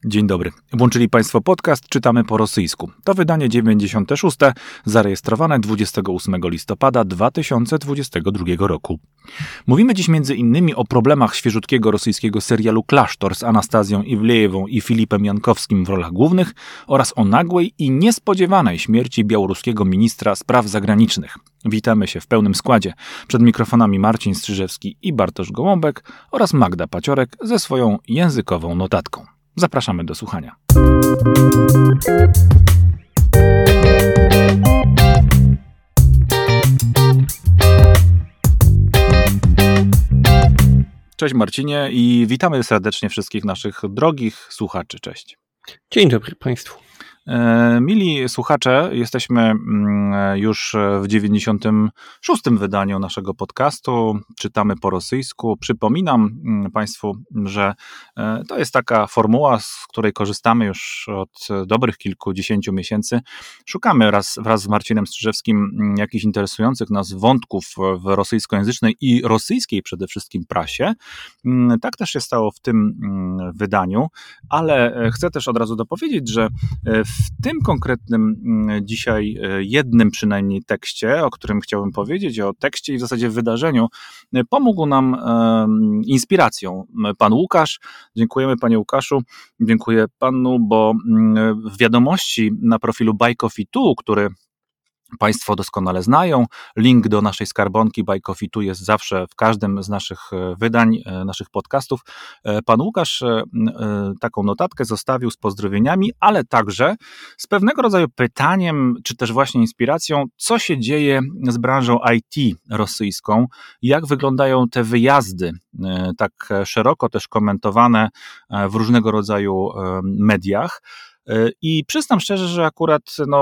Dzień dobry. Włączyli Państwo podcast Czytamy po rosyjsku. To wydanie 96, zarejestrowane 28 listopada 2022 roku. Mówimy dziś między innymi o problemach świeżutkiego rosyjskiego serialu Klasztor z Anastazją Iwlejewą i Filipem Jankowskim w rolach głównych oraz o nagłej i niespodziewanej śmierci białoruskiego ministra spraw zagranicznych. Witamy się w pełnym składzie. Przed mikrofonami Marcin Strzyżewski i Bartosz Gołąbek oraz Magda Paciorek ze swoją językową notatką. Zapraszamy do słuchania. Cześć Marcinie i witamy serdecznie wszystkich naszych drogich słuchaczy. Cześć. Dzień dobry Państwu. Mili słuchacze, jesteśmy już w 96. wydaniu naszego podcastu. Czytamy po rosyjsku. Przypominam Państwu, że to jest taka formuła, z której korzystamy już od dobrych kilkudziesięciu miesięcy. Szukamy wraz z Marcinem Strzyżewskim jakichś interesujących nas wątków w rosyjskojęzycznej i rosyjskiej przede wszystkim prasie. Tak też się stało w tym wydaniu, ale chcę też od razu dopowiedzieć, że w tym konkretnym dzisiaj jednym przynajmniej tekście, o którym chciałbym powiedzieć, o tekście i w zasadzie wydarzeniu, pomógł nam inspiracją pan Łukasz. Dziękujemy panie Łukaszu, dziękuję panu, bo w wiadomości na profilu Bajkofitu, który Państwo doskonale znają. Link do naszej skarbonki Bajkofitu jest zawsze w każdym z naszych wydań, naszych podcastów. Pan Łukasz taką notatkę zostawił z pozdrowieniami, ale także z pewnego rodzaju pytaniem, czy też właśnie inspiracją, co się dzieje z branżą IT rosyjską, jak wyglądają te wyjazdy, tak szeroko też komentowane w różnego rodzaju mediach. I przyznam szczerze, że akurat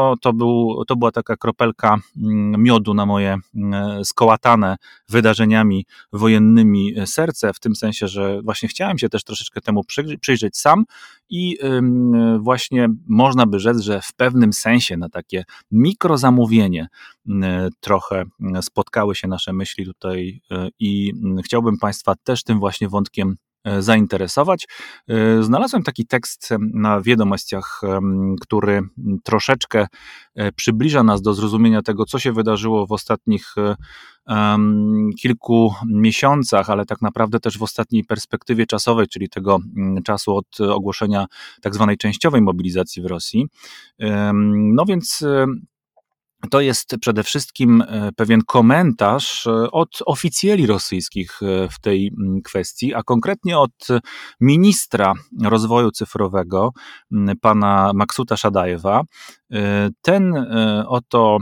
to była taka kropelka miodu na moje skołatane wydarzeniami wojennymi serce, w tym sensie, że właśnie chciałem się też troszeczkę temu przyjrzeć sam i właśnie można by rzec, że w pewnym sensie na takie mikrozamówienie trochę spotkały się nasze myśli tutaj i chciałbym Państwa też tym właśnie wątkiem zainteresować. Znalazłem taki tekst na wiadomościach, który troszeczkę przybliża nas do zrozumienia tego, co się wydarzyło w ostatnich kilku miesiącach, ale tak naprawdę też w ostatniej perspektywie czasowej, czyli tego czasu od ogłoszenia tak zwanej częściowej mobilizacji w Rosji. No więc to jest przede wszystkim pewien komentarz od oficjeli rosyjskich w tej kwestii, a konkretnie od ministra rozwoju cyfrowego, pana Maksuta Szadajewa. Ten oto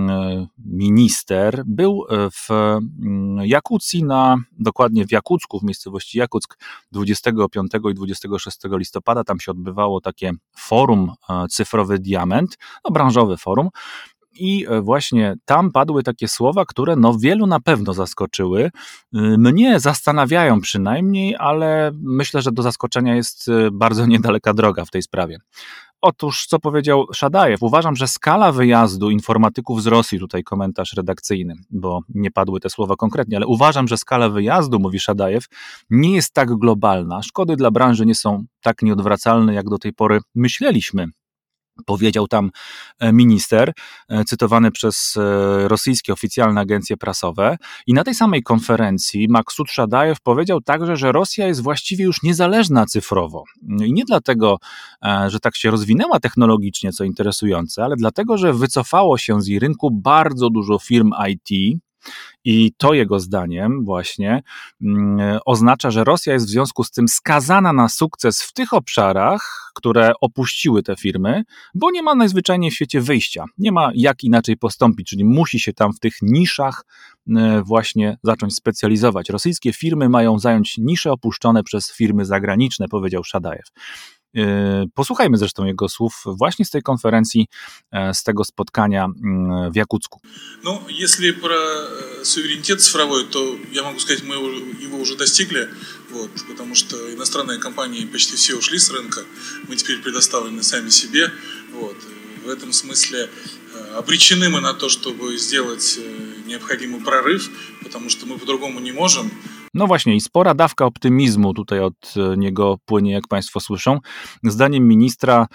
minister był w Jakucji, dokładnie w Jakucku, w miejscowości Jakuck 25 i 26 listopada. Tam się odbywało takie forum Cyfrowy Diament, branżowe forum. I właśnie tam padły takie słowa, które wielu na pewno zaskoczyły. Mnie zastanawiają przynajmniej, ale myślę, że do zaskoczenia jest bardzo niedaleka droga w tej sprawie. Otóż, co powiedział Szadajew, uważam, że skala wyjazdu informatyków z Rosji, tutaj komentarz redakcyjny, bo nie padły te słowa konkretnie, ale uważam, że skala wyjazdu, mówi Szadajew, nie jest tak globalna. Szkody dla branży nie są tak nieodwracalne, jak do tej pory myśleliśmy. Powiedział tam minister, cytowany przez rosyjskie oficjalne agencje prasowe. I na tej samej konferencji Maksut Szadajew powiedział także, że Rosja jest właściwie już niezależna cyfrowo. I nie dlatego, że tak się rozwinęła technologicznie, co interesujące, ale dlatego, że wycofało się z jej rynku bardzo dużo firm IT. I to jego zdaniem właśnie oznacza, że Rosja jest w związku z tym skazana na sukces w tych obszarach, które opuściły te firmy, bo nie ma najzwyczajniej w świecie wyjścia. Nie ma jak inaczej postąpić, czyli musi się tam w tych niszach właśnie zacząć specjalizować. Rosyjskie firmy mają zająć nisze opuszczone przez firmy zagraniczne, powiedział Szadajew. Posłuchajmy zresztą jego słów właśnie z tej konferencji, z tego spotkania w Jakucku. No, jeśli про суверенитет цифровой, то я могу сказать, мы его уже достигли, потому что иностранные компании почти все ушли с рынка, мы теперь предоставлены сами себе, В этом смысле обречены мы на то, чтобы сделать необходимый прорыв, потому что мы по-другому не можем. No właśnie, i spora dawka optymizmu tutaj od niego płynie, jak Państwo słyszą. Zdaniem ministra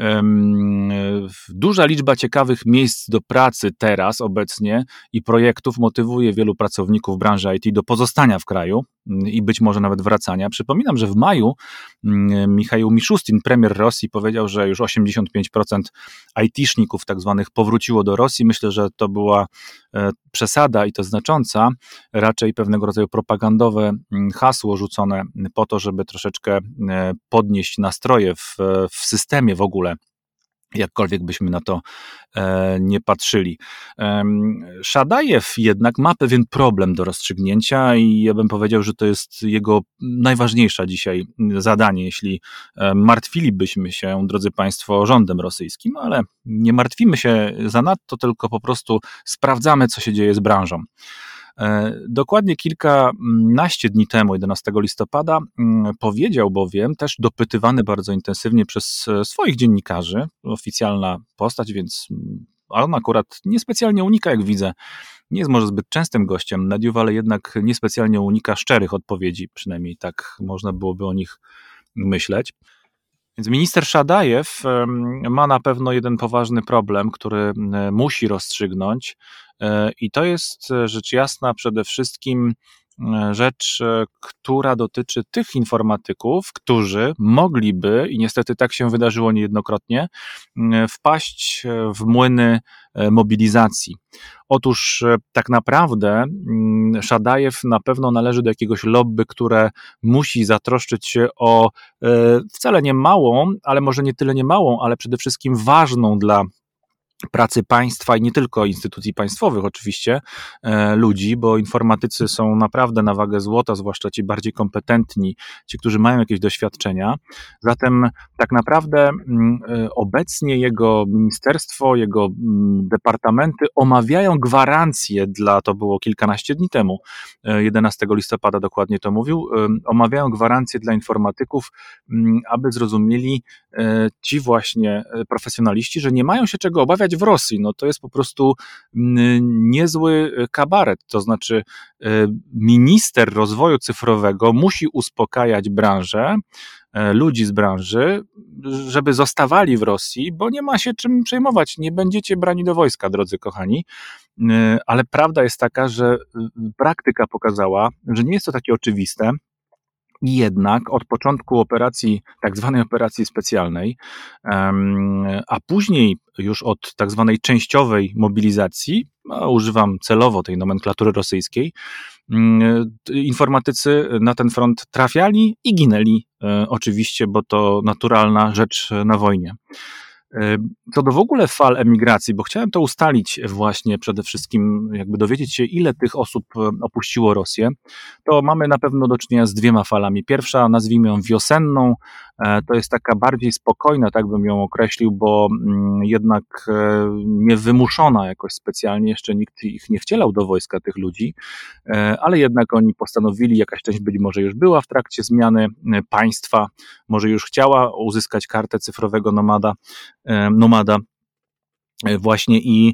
duża liczba ciekawych miejsc do pracy teraz, obecnie i projektów motywuje wielu pracowników branży IT do pozostania w kraju i być może nawet wracania. Przypominam, że w maju Michał Miszustin, premier Rosji, powiedział, że już 85% IT-szników tak zwanych powróciło do Rosji. Myślę, że to była przesada i to znacząca, raczej pewnego rodzaju propagandowe hasło rzucone po to, żeby troszeczkę podnieść nastroje w systemie w ogóle, jakkolwiek byśmy na to nie patrzyli. Szadajew jednak ma pewien problem do rozstrzygnięcia i ja bym powiedział, że to jest jego najważniejsza dzisiaj zadanie, jeśli martwilibyśmy się, drodzy Państwo, rządem rosyjskim, ale nie martwimy się zanadto, tylko po prostu sprawdzamy, co się dzieje z branżą. Dokładnie kilkanaście dni temu, 11 listopada, powiedział bowiem, też dopytywany bardzo intensywnie przez swoich dziennikarzy, oficjalna postać, więc on akurat niespecjalnie unika, jak widzę, nie jest może zbyt częstym gościem mediów, ale jednak niespecjalnie unika szczerych odpowiedzi, przynajmniej tak można byłoby o nich myśleć. Więc minister Szadajew ma na pewno jeden poważny problem, który musi rozstrzygnąć, i to jest rzecz jasna przede wszystkim rzecz, która dotyczy tych informatyków, którzy mogliby, i niestety tak się wydarzyło niejednokrotnie, wpaść w młyny mobilizacji. Otóż tak naprawdę Szadajew na pewno należy do jakiegoś lobby, które musi zatroszczyć się o wcale nie małą, ale może nie tyle nie małą, ale przede wszystkim ważną dla pracy państwa i nie tylko instytucji państwowych oczywiście, ludzi, bo informatycy są naprawdę na wagę złota, zwłaszcza ci bardziej kompetentni, ci, którzy mają jakieś doświadczenia. Zatem tak naprawdę obecnie jego ministerstwo, jego departamenty omawiają gwarancje to było kilkanaście dni temu, 11 listopada dokładnie to mówił, omawiają gwarancje dla informatyków, aby zrozumieli ci właśnie profesjonaliści, że nie mają się czego obawiać w Rosji. No to jest po prostu niezły kabaret, to znaczy minister rozwoju cyfrowego musi uspokajać branżę, ludzi z branży, żeby zostawali w Rosji, bo nie ma się czym przejmować, nie będziecie brani do wojska, drodzy kochani, ale prawda jest taka, że praktyka pokazała, że nie jest to takie oczywiste. I jednak od początku operacji, tak zwanej operacji specjalnej, a później już od tak zwanej częściowej mobilizacji, używam celowo tej nomenklatury rosyjskiej, informatycy na ten front trafiali i ginęli, oczywiście, bo to naturalna rzecz na wojnie. Co do w ogóle fal emigracji, bo chciałem to ustalić właśnie przede wszystkim, jakby dowiedzieć się, ile tych osób opuściło Rosję, to mamy na pewno do czynienia z dwiema falami. Pierwsza, nazwijmy ją wiosenną, to jest taka bardziej spokojna, tak bym ją określił, bo jednak nie wymuszona jakoś specjalnie, jeszcze nikt ich nie wcielał do wojska, tych ludzi, ale jednak oni postanowili, jakaś część być może już była w trakcie zmiany państwa, może już chciała uzyskać kartę cyfrowego nomada właśnie i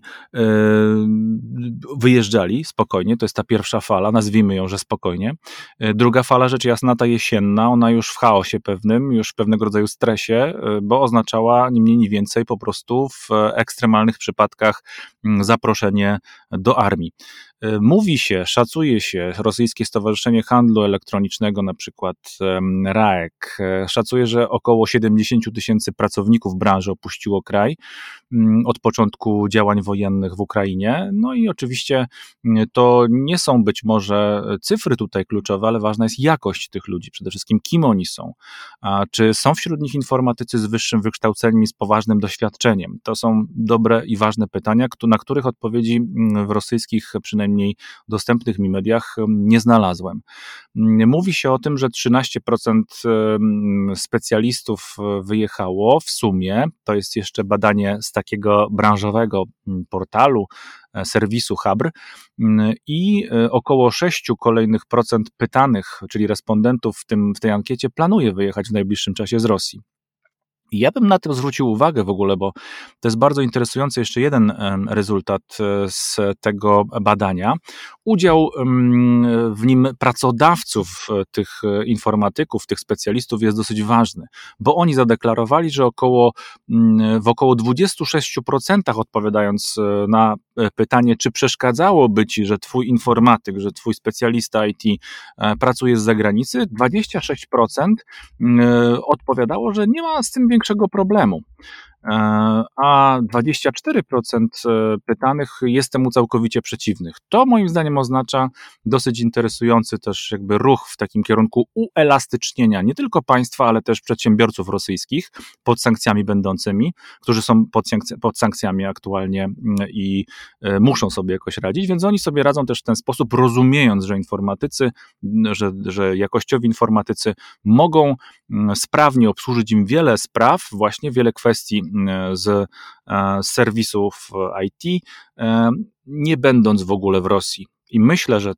wyjeżdżali spokojnie, to jest ta pierwsza fala, nazwijmy ją, że spokojnie. Druga fala, rzecz jasna, ta jesienna, ona już w chaosie pewnym, już w pewnego rodzaju stresie, bo oznaczała ni mniej, ni więcej po prostu w ekstremalnych przypadkach zaproszenie do armii. Mówi się, szacuje się, Rosyjskie Stowarzyszenie Handlu Elektronicznego, na przykład RAEK, szacuje, że około 70 000 pracowników branży opuściło kraj od początku działań wojennych w Ukrainie. No i oczywiście to nie są być może cyfry tutaj kluczowe, ale ważna jest jakość tych ludzi, przede wszystkim kim oni są. A czy są wśród nich informatycy z wyższym wykształceniem i z poważnym doświadczeniem? To są dobre i ważne pytania, na których odpowiedzi w rosyjskich, przynajmniej dostępnych mi mediach, nie znalazłem. Mówi się o tym, że 13% specjalistów wyjechało w sumie, to jest jeszcze badanie z takiego branżowego portalu, serwisu Habr, i około 6 kolejnych procent pytanych, czyli respondentów w tej ankiecie, planuje wyjechać w najbliższym czasie z Rosji. Ja bym na to zwrócił uwagę w ogóle, bo to jest bardzo interesujący jeszcze jeden rezultat z tego badania. Udział w nim pracodawców, tych informatyków, tych specjalistów jest dosyć ważny, bo oni zadeklarowali, że w około 26% odpowiadając na pytanie, czy przeszkadzałoby ci, że twój informatyk, że twój specjalista IT pracuje z zagranicy, 26% odpowiadało, że nie ma z tym większego problemu. A 24% pytanych jest temu całkowicie przeciwnych. To moim zdaniem oznacza dosyć interesujący też jakby ruch w takim kierunku uelastycznienia nie tylko państwa, ale też przedsiębiorców rosyjskich pod sankcjami będącymi, którzy są pod sankcjami aktualnie i muszą sobie jakoś radzić, więc oni sobie radzą też w ten sposób, rozumiejąc, że informatycy, że jakościowi informatycy mogą sprawnie obsłużyć im wiele spraw, właśnie wiele kwestii z serwisów IT, nie będąc w ogóle w Rosji. I myślę, że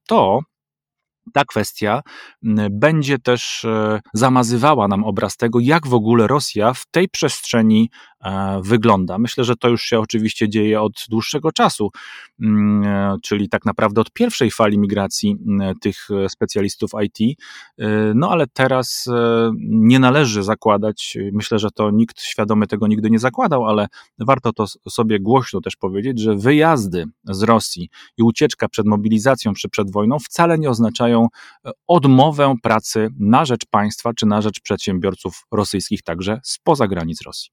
ta kwestia będzie też zamazywała nam obraz tego, jak w ogóle Rosja w tej przestrzeni wygląda. Myślę, że to już się oczywiście dzieje od dłuższego czasu, czyli tak naprawdę od pierwszej fali migracji tych specjalistów IT, no ale teraz nie należy zakładać, myślę, że to nikt świadomy tego nigdy nie zakładał, ale warto to sobie głośno też powiedzieć, że wyjazdy z Rosji i ucieczka przed mobilizacją czy przed wojną wcale nie oznaczają odmowę pracy na rzecz państwa czy na rzecz przedsiębiorców rosyjskich także spoza granic Rosji.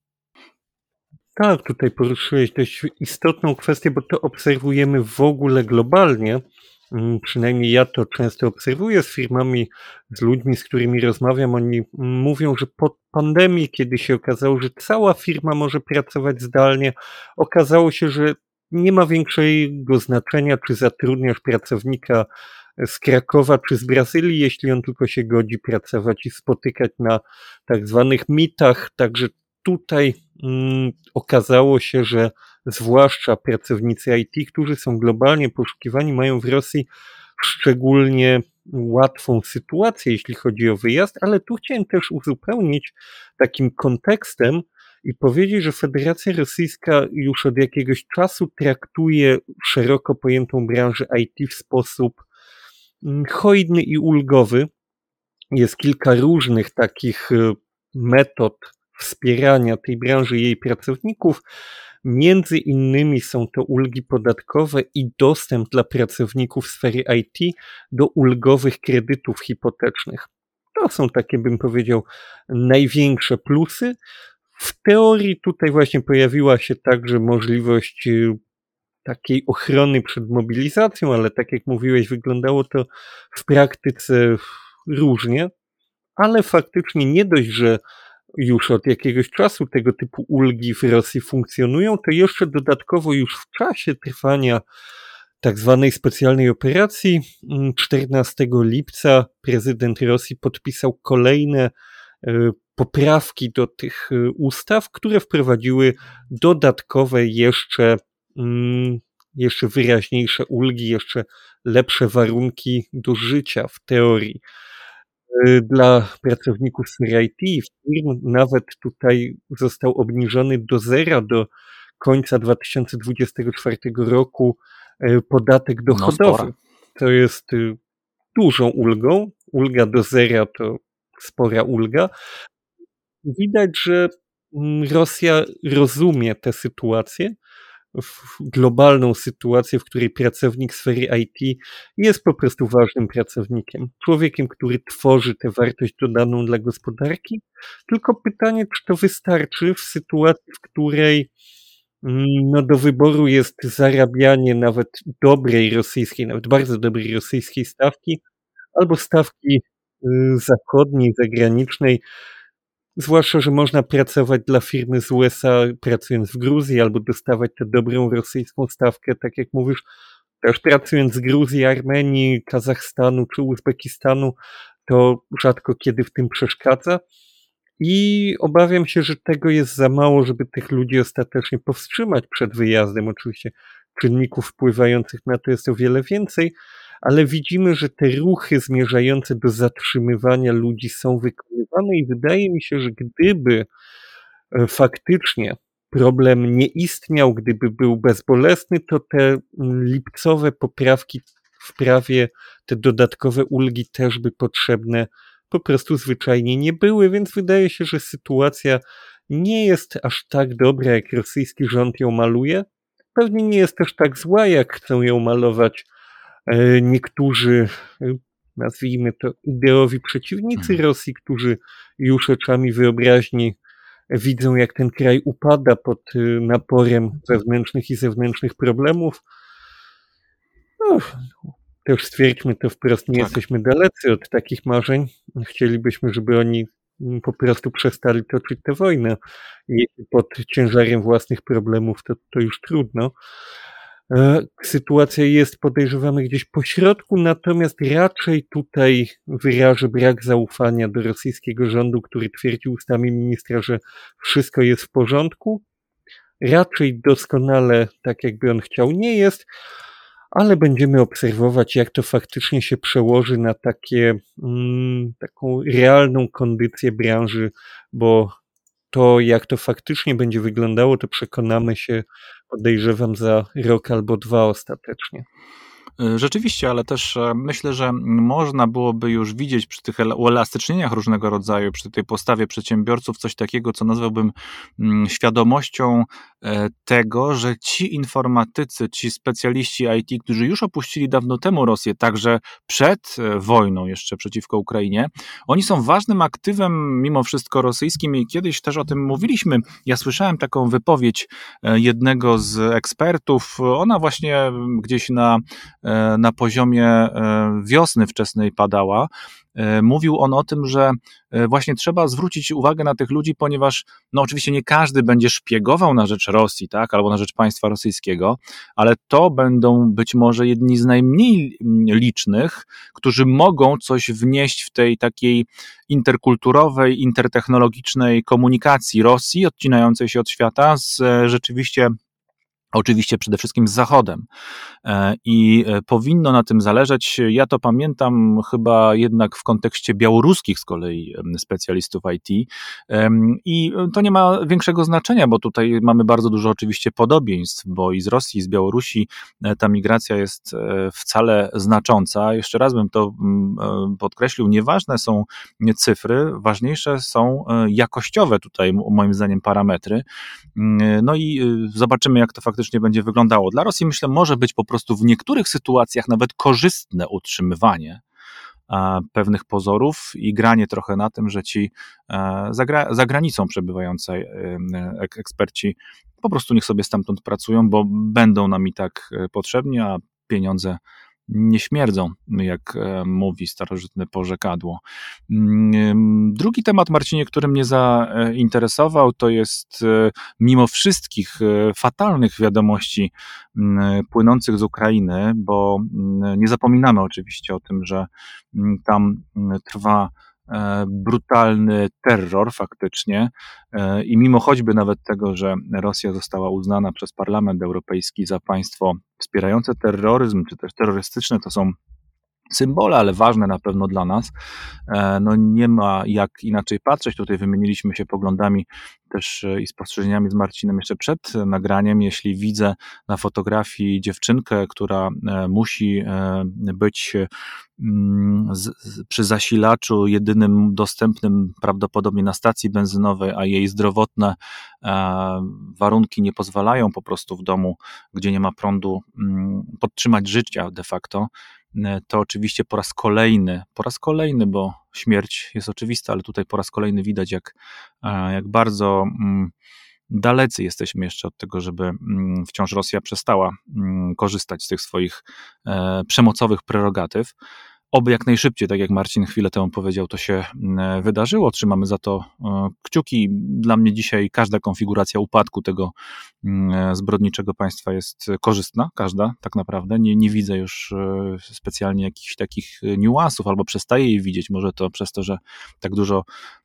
Tak, tutaj poruszyłeś dość istotną kwestię, bo to obserwujemy w ogóle globalnie. Przynajmniej ja to często obserwuję z firmami, z ludźmi, z którymi rozmawiam. Oni mówią, że po pandemii, kiedy się okazało, że cała firma może pracować zdalnie, okazało się, że nie ma większego znaczenia, czy zatrudniasz pracownika z Krakowa czy z Brazylii, jeśli on tylko się godzi pracować i spotykać na tak zwanych meetach. Także tutaj okazało się, że zwłaszcza pracownicy IT, którzy są globalnie poszukiwani, mają w Rosji szczególnie łatwą sytuację, jeśli chodzi o wyjazd, ale tu chciałem też uzupełnić takim kontekstem i powiedzieć, że Federacja Rosyjska już od jakiegoś czasu traktuje szeroko pojętą branżę IT w sposób hojny i ulgowy. Jest kilka różnych takich metod wspierania tej branży i jej pracowników. Między innymi są to ulgi podatkowe i dostęp dla pracowników sfery IT do ulgowych kredytów hipotecznych. To są takie, bym powiedział, największe plusy. W teorii tutaj właśnie pojawiła się także możliwość takiej ochrony przed mobilizacją, ale tak jak mówiłeś, wyglądało to w praktyce różnie, ale faktycznie nie dość, że już od jakiegoś czasu tego typu ulgi w Rosji funkcjonują, to jeszcze dodatkowo już w czasie trwania tak zwanej specjalnej operacji 14 lipca prezydent Rosji podpisał kolejne poprawki do tych ustaw, które wprowadziły dodatkowe jeszcze wyraźniejsze ulgi, jeszcze lepsze warunki do życia w teorii. Dla pracowników sfery IT, firm nawet tutaj został obniżony do zera do końca 2024 roku podatek dochodowy. To jest dużą ulgą. Ulga do zera to spora ulga. Widać, że Rosja rozumie tę sytuację, globalną sytuację, w której pracownik sfery IT jest po prostu ważnym pracownikiem. Człowiekiem, który tworzy tę wartość dodaną dla gospodarki. Tylko pytanie, czy to wystarczy w sytuacji, w której do wyboru jest zarabianie nawet dobrej rosyjskiej, nawet bardzo dobrej rosyjskiej stawki, albo stawki zachodniej, zagranicznej. Zwłaszcza, że można pracować dla firmy z USA pracując w Gruzji albo dostawać tę dobrą rosyjską stawkę, tak jak mówisz, też pracując z Gruzji, Armenii, Kazachstanu czy Uzbekistanu, to rzadko kiedy w tym przeszkadza. I obawiam się, że tego jest za mało, żeby tych ludzi ostatecznie powstrzymać przed wyjazdem. Oczywiście czynników wpływających na to jest o wiele więcej, ale widzimy, że te ruchy zmierzające do zatrzymywania ludzi są wykonywane i wydaje mi się, że gdyby faktycznie problem nie istniał, gdyby był bezbolesny, to te lipcowe poprawki w prawie, te dodatkowe ulgi też by potrzebne po prostu zwyczajnie nie były, więc wydaje się, że sytuacja nie jest aż tak dobra, jak rosyjski rząd ją maluje. Pewnie nie jest też tak zła, jak chcą ją malować niektórzy, nazwijmy to, ideowi przeciwnicy Rosji, którzy już oczami wyobraźni widzą, jak ten kraj upada pod naporem wewnętrznych i zewnętrznych problemów. No, też stwierdźmy to wprost, nie jesteśmy dalecy od takich marzeń. Chcielibyśmy, żeby oni po prostu przestali toczyć tę wojnę. Jeśli pod ciężarem własnych problemów, to już trudno. Sytuacja jest, podejrzewamy, gdzieś po środku, natomiast raczej tutaj wyrażę brak zaufania do rosyjskiego rządu, który twierdzi ustami ministra, że wszystko jest w porządku. Raczej doskonale tak, jakby on chciał, nie jest, ale będziemy obserwować, jak to faktycznie się przełoży na taką realną kondycję branży, bo to, jak to faktycznie będzie wyglądało, to przekonamy się, podejrzewam, za rok albo dwa ostatecznie. Rzeczywiście, ale też myślę, że można byłoby już widzieć przy tych uelastycznieniach różnego rodzaju, przy tej postawie przedsiębiorców coś takiego, co nazwałbym świadomością tego, że ci informatycy, ci specjaliści IT, którzy już opuścili dawno temu Rosję, także przed wojną jeszcze przeciwko Ukrainie, oni są ważnym aktywem mimo wszystko rosyjskim i kiedyś też o tym mówiliśmy. Ja słyszałem taką wypowiedź jednego z ekspertów, ona właśnie gdzieś na poziomie wiosny wczesnej padała. Mówił on o tym, że właśnie trzeba zwrócić uwagę na tych ludzi, ponieważ no oczywiście nie każdy będzie szpiegował na rzecz Rosji, tak, albo na rzecz państwa rosyjskiego, ale to będą być może jedni z najmniej licznych, którzy mogą coś wnieść w tej takiej interkulturowej, intertechnologicznej komunikacji Rosji, odcinającej się od świata, oczywiście przede wszystkim z Zachodem i powinno na tym zależeć. Ja to pamiętam chyba jednak w kontekście białoruskich z kolei specjalistów IT i to nie ma większego znaczenia, bo tutaj mamy bardzo dużo oczywiście podobieństw, bo i z Rosji, i z Białorusi ta migracja jest wcale znacząca. Jeszcze raz bym to podkreślił, nieważne są cyfry, ważniejsze są jakościowe tutaj moim zdaniem parametry. No i zobaczymy, jak to faktycznie będzie wyglądało. Dla Rosji, myślę, może być po prostu w niektórych sytuacjach nawet korzystne utrzymywanie pewnych pozorów i granie trochę na tym, że ci za granicą przebywający eksperci po prostu niech sobie stamtąd pracują, bo będą nam i tak potrzebni, a pieniądze nie śmierdzą, jak mówi starożytne porzekadło. Drugi temat, Marcinie, który mnie zainteresował, to jest mimo wszystkich fatalnych wiadomości płynących z Ukrainy, bo nie zapominamy oczywiście o tym, że tam trwa brutalny terror faktycznie i mimo choćby nawet tego, że Rosja została uznana przez Parlament Europejski za państwo wspierające terroryzm, czy też terrorystyczne, to są symbole, ale ważne na pewno dla nas. No nie ma jak inaczej patrzeć. Tutaj wymieniliśmy się poglądami też i spostrzeżeniami z Marcinem jeszcze przed nagraniem. Jeśli widzę na fotografii dziewczynkę, która musi być przy zasilaczu jedynym dostępnym prawdopodobnie na stacji benzynowej, a jej zdrowotne warunki nie pozwalają po prostu w domu, gdzie nie ma prądu, podtrzymać życia de facto, to oczywiście po raz kolejny, bo śmierć jest oczywista, ale tutaj po raz kolejny widać, jak bardzo dalecy jesteśmy jeszcze od tego, żeby wciąż Rosja przestała korzystać z tych swoich przemocowych prerogatyw. Oby jak najszybciej, tak jak Marcin chwilę temu powiedział, to się wydarzyło. Trzymamy za to kciuki. Dla mnie dzisiaj każda konfiguracja upadku tego zbrodniczego państwa jest korzystna, każda tak naprawdę. Nie widzę już specjalnie jakichś takich niuansów, albo przestaję je widzieć. Może to przez to, że tak dużo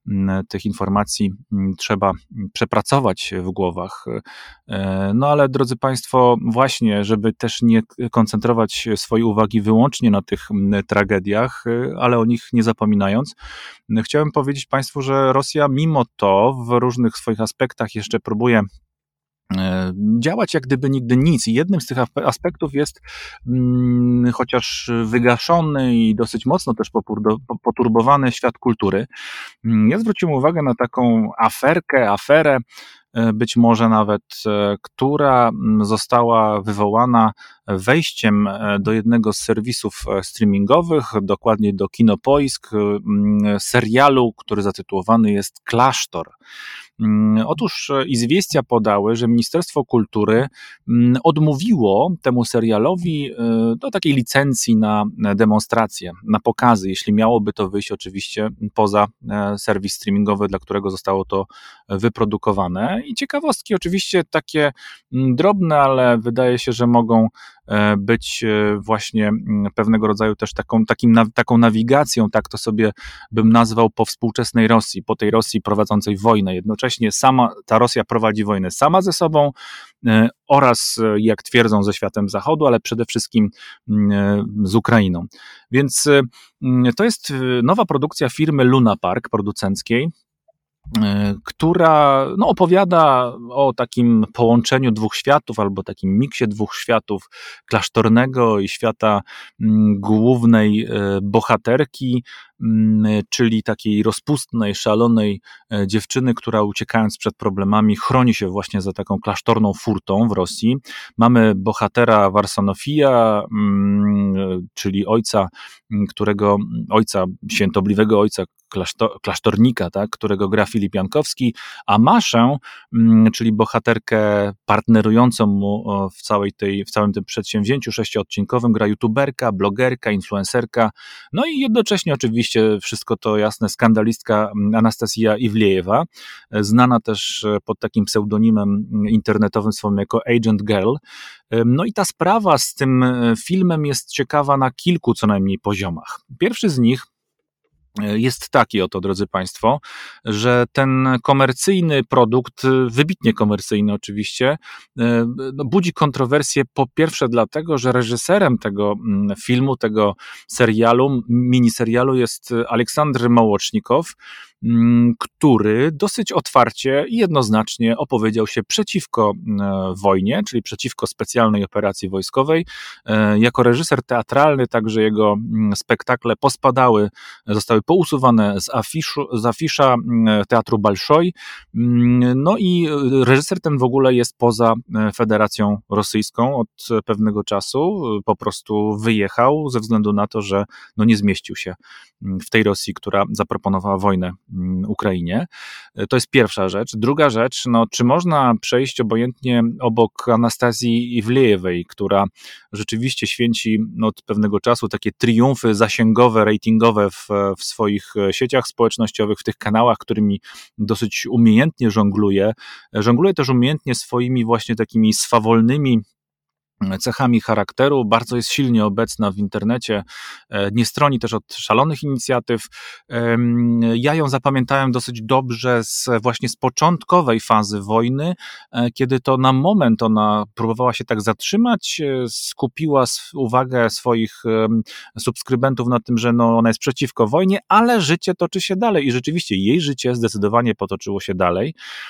tych informacji trzeba przepracować w głowach. No ale drodzy Państwo, właśnie, żeby też nie koncentrować swojej uwagi wyłącznie na tych tragediach, ale o nich nie zapominając, chciałem powiedzieć Państwu, że Rosja mimo to w różnych swoich aspektach jeszcze próbuje działać jak gdyby nigdy nic. I jednym z tych aspektów jest chociaż wygaszony i dosyć mocno też poturbowany świat kultury. Ja zwróciłem uwagę na taką aferę, być może nawet, która została wywołana wejściem do jednego z serwisów streamingowych, dokładnie do Kinopoisk, serialu, który zatytułowany jest Klasztor. Otóż izwiestia podały, że Ministerstwo Kultury odmówiło temu serialowi do takiej licencji na demonstracje, na pokazy, jeśli miałoby to wyjść oczywiście poza serwis streamingowy, dla którego zostało to wyprodukowane. I ciekawostki oczywiście takie drobne, ale wydaje się, że mogą być właśnie pewnego rodzaju też taką nawigacją, tak to sobie bym nazwał, po współczesnej Rosji, po tej Rosji prowadzącej wojnę. Jednocześnie ta Rosja prowadzi wojnę sama ze sobą oraz, jak twierdzą, ze światem Zachodu, ale przede wszystkim z Ukrainą. Więc to jest nowa produkcja firmy Luna Park producenckiej, która opowiada o takim połączeniu dwóch światów, albo takim miksie dwóch światów, klasztornego i świata głównej bohaterki, czyli takiej rozpustnej, szalonej dziewczyny, która uciekając przed problemami chroni się właśnie za taką klasztorną furtą w Rosji. Mamy bohatera Warsanofija, czyli świętobliwego ojca klasztornika, tak, którego gra Filip Jankowski, a Maszę, czyli bohaterkę partnerującą mu w całym tym przedsięwzięciu 6-odcinkowym, gra youtuberka, blogerka, influencerka, no i jednocześnie oczywiście wszystko to jasne skandalistka Anastasja Iwlejewa, znana też pod takim pseudonimem internetowym swoim jako Agent Girl. No i ta sprawa z tym filmem jest ciekawa na kilku co najmniej poziomach. Pierwszy z nich jest taki oto, drodzy Państwo, że ten komercyjny produkt, wybitnie komercyjny oczywiście, budzi kontrowersje po pierwsze dlatego, że reżyserem tego filmu, tego serialu, miniserialu jest Aleksandr Mołocznikow, który dosyć otwarcie i jednoznacznie opowiedział się przeciwko wojnie, czyli przeciwko specjalnej operacji wojskowej. Jako reżyser teatralny także jego spektakle zostały pousuwane z afisza Teatru Balszoj. No i reżyser ten w ogóle jest poza Federacją Rosyjską od pewnego czasu. Po prostu wyjechał ze względu na to, że nie zmieścił się w tej Rosji, która zaproponowała wojnę Ukrainie. To jest pierwsza rzecz. Druga rzecz, czy można przejść obojętnie obok Anastazji Iwlejewej, która rzeczywiście święci od pewnego czasu takie triumfy zasięgowe, ratingowe w swoich sieciach społecznościowych, w tych kanałach, którymi dosyć umiejętnie żongluje. Żongluje też umiejętnie swoimi właśnie takimi swawolnymi cechami charakteru, bardzo jest silnie obecna w internecie, nie stroni też od szalonych inicjatyw. Ja ją zapamiętałem dosyć dobrze właśnie z początkowej fazy wojny, kiedy to na moment ona próbowała się tak zatrzymać, skupiła uwagę swoich subskrybentów na tym, że ona jest przeciwko wojnie, ale życie toczy się dalej i rzeczywiście jej życie zdecydowanie potoczyło się dalej.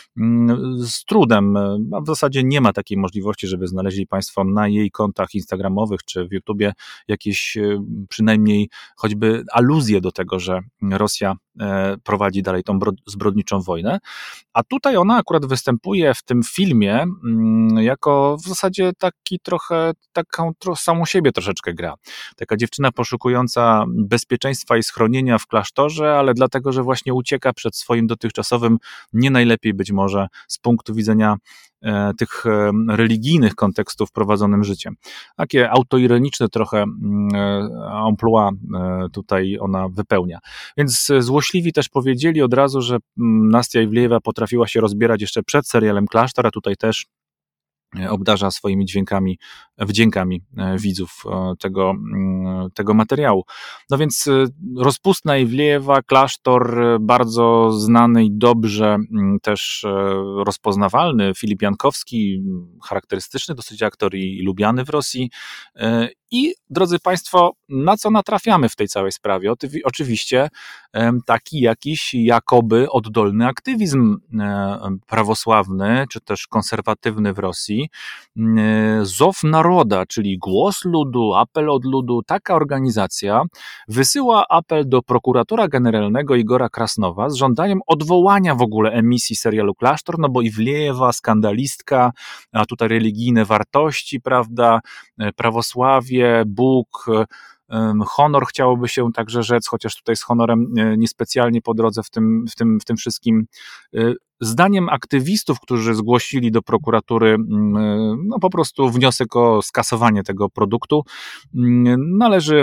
Z trudem, a w zasadzie nie ma takiej możliwości, żeby znaleźli Państwo na jej kontach instagramowych czy w YouTubie jakieś przynajmniej choćby aluzje do tego, że Rosja prowadzi dalej tą zbrodniczą wojnę, a tutaj ona akurat występuje w tym filmie jako w zasadzie taką samą siebie troszeczkę gra. Taka dziewczyna poszukująca bezpieczeństwa i schronienia w klasztorze, ale dlatego, że właśnie ucieka przed swoim dotychczasowym, nie najlepiej być może z punktu widzenia tych religijnych kontekstów prowadzonym życiem. Takie autoironiczne trochę amplua tutaj ona wypełnia. Więc złośliwi też powiedzieli od razu, że Nastia Iwlejewa potrafiła się rozbierać jeszcze przed serialem Klasztor, a tutaj też obdarza swoimi wdziękami widzów tego materiału. No więc rozpustna Iwlejewa, klasztor bardzo znany i dobrze też rozpoznawalny, Filip Jankowski, charakterystyczny dosyć aktor i lubiany w Rosji. I drodzy Państwo, na co natrafiamy w tej całej sprawie? Oczywiście taki jakiś jakoby oddolny aktywizm prawosławny, czy też konserwatywny w Rosji. Zow Naroda, czyli Głos Ludu, Apel od Ludu, taka organizacja wysyła apel do prokuratora generalnego Igora Krasnowa z żądaniem odwołania w ogóle emisji serialu Klasztor, no bo Iwlejewa, skandalistka, a tutaj religijne wartości, prawda, prawosławie, Bóg, honor chciałoby się także rzec, chociaż tutaj z honorem niespecjalnie po drodze w tym wszystkim. Zdaniem aktywistów, którzy zgłosili do prokuratury no po prostu wniosek o skasowanie tego produktu, należy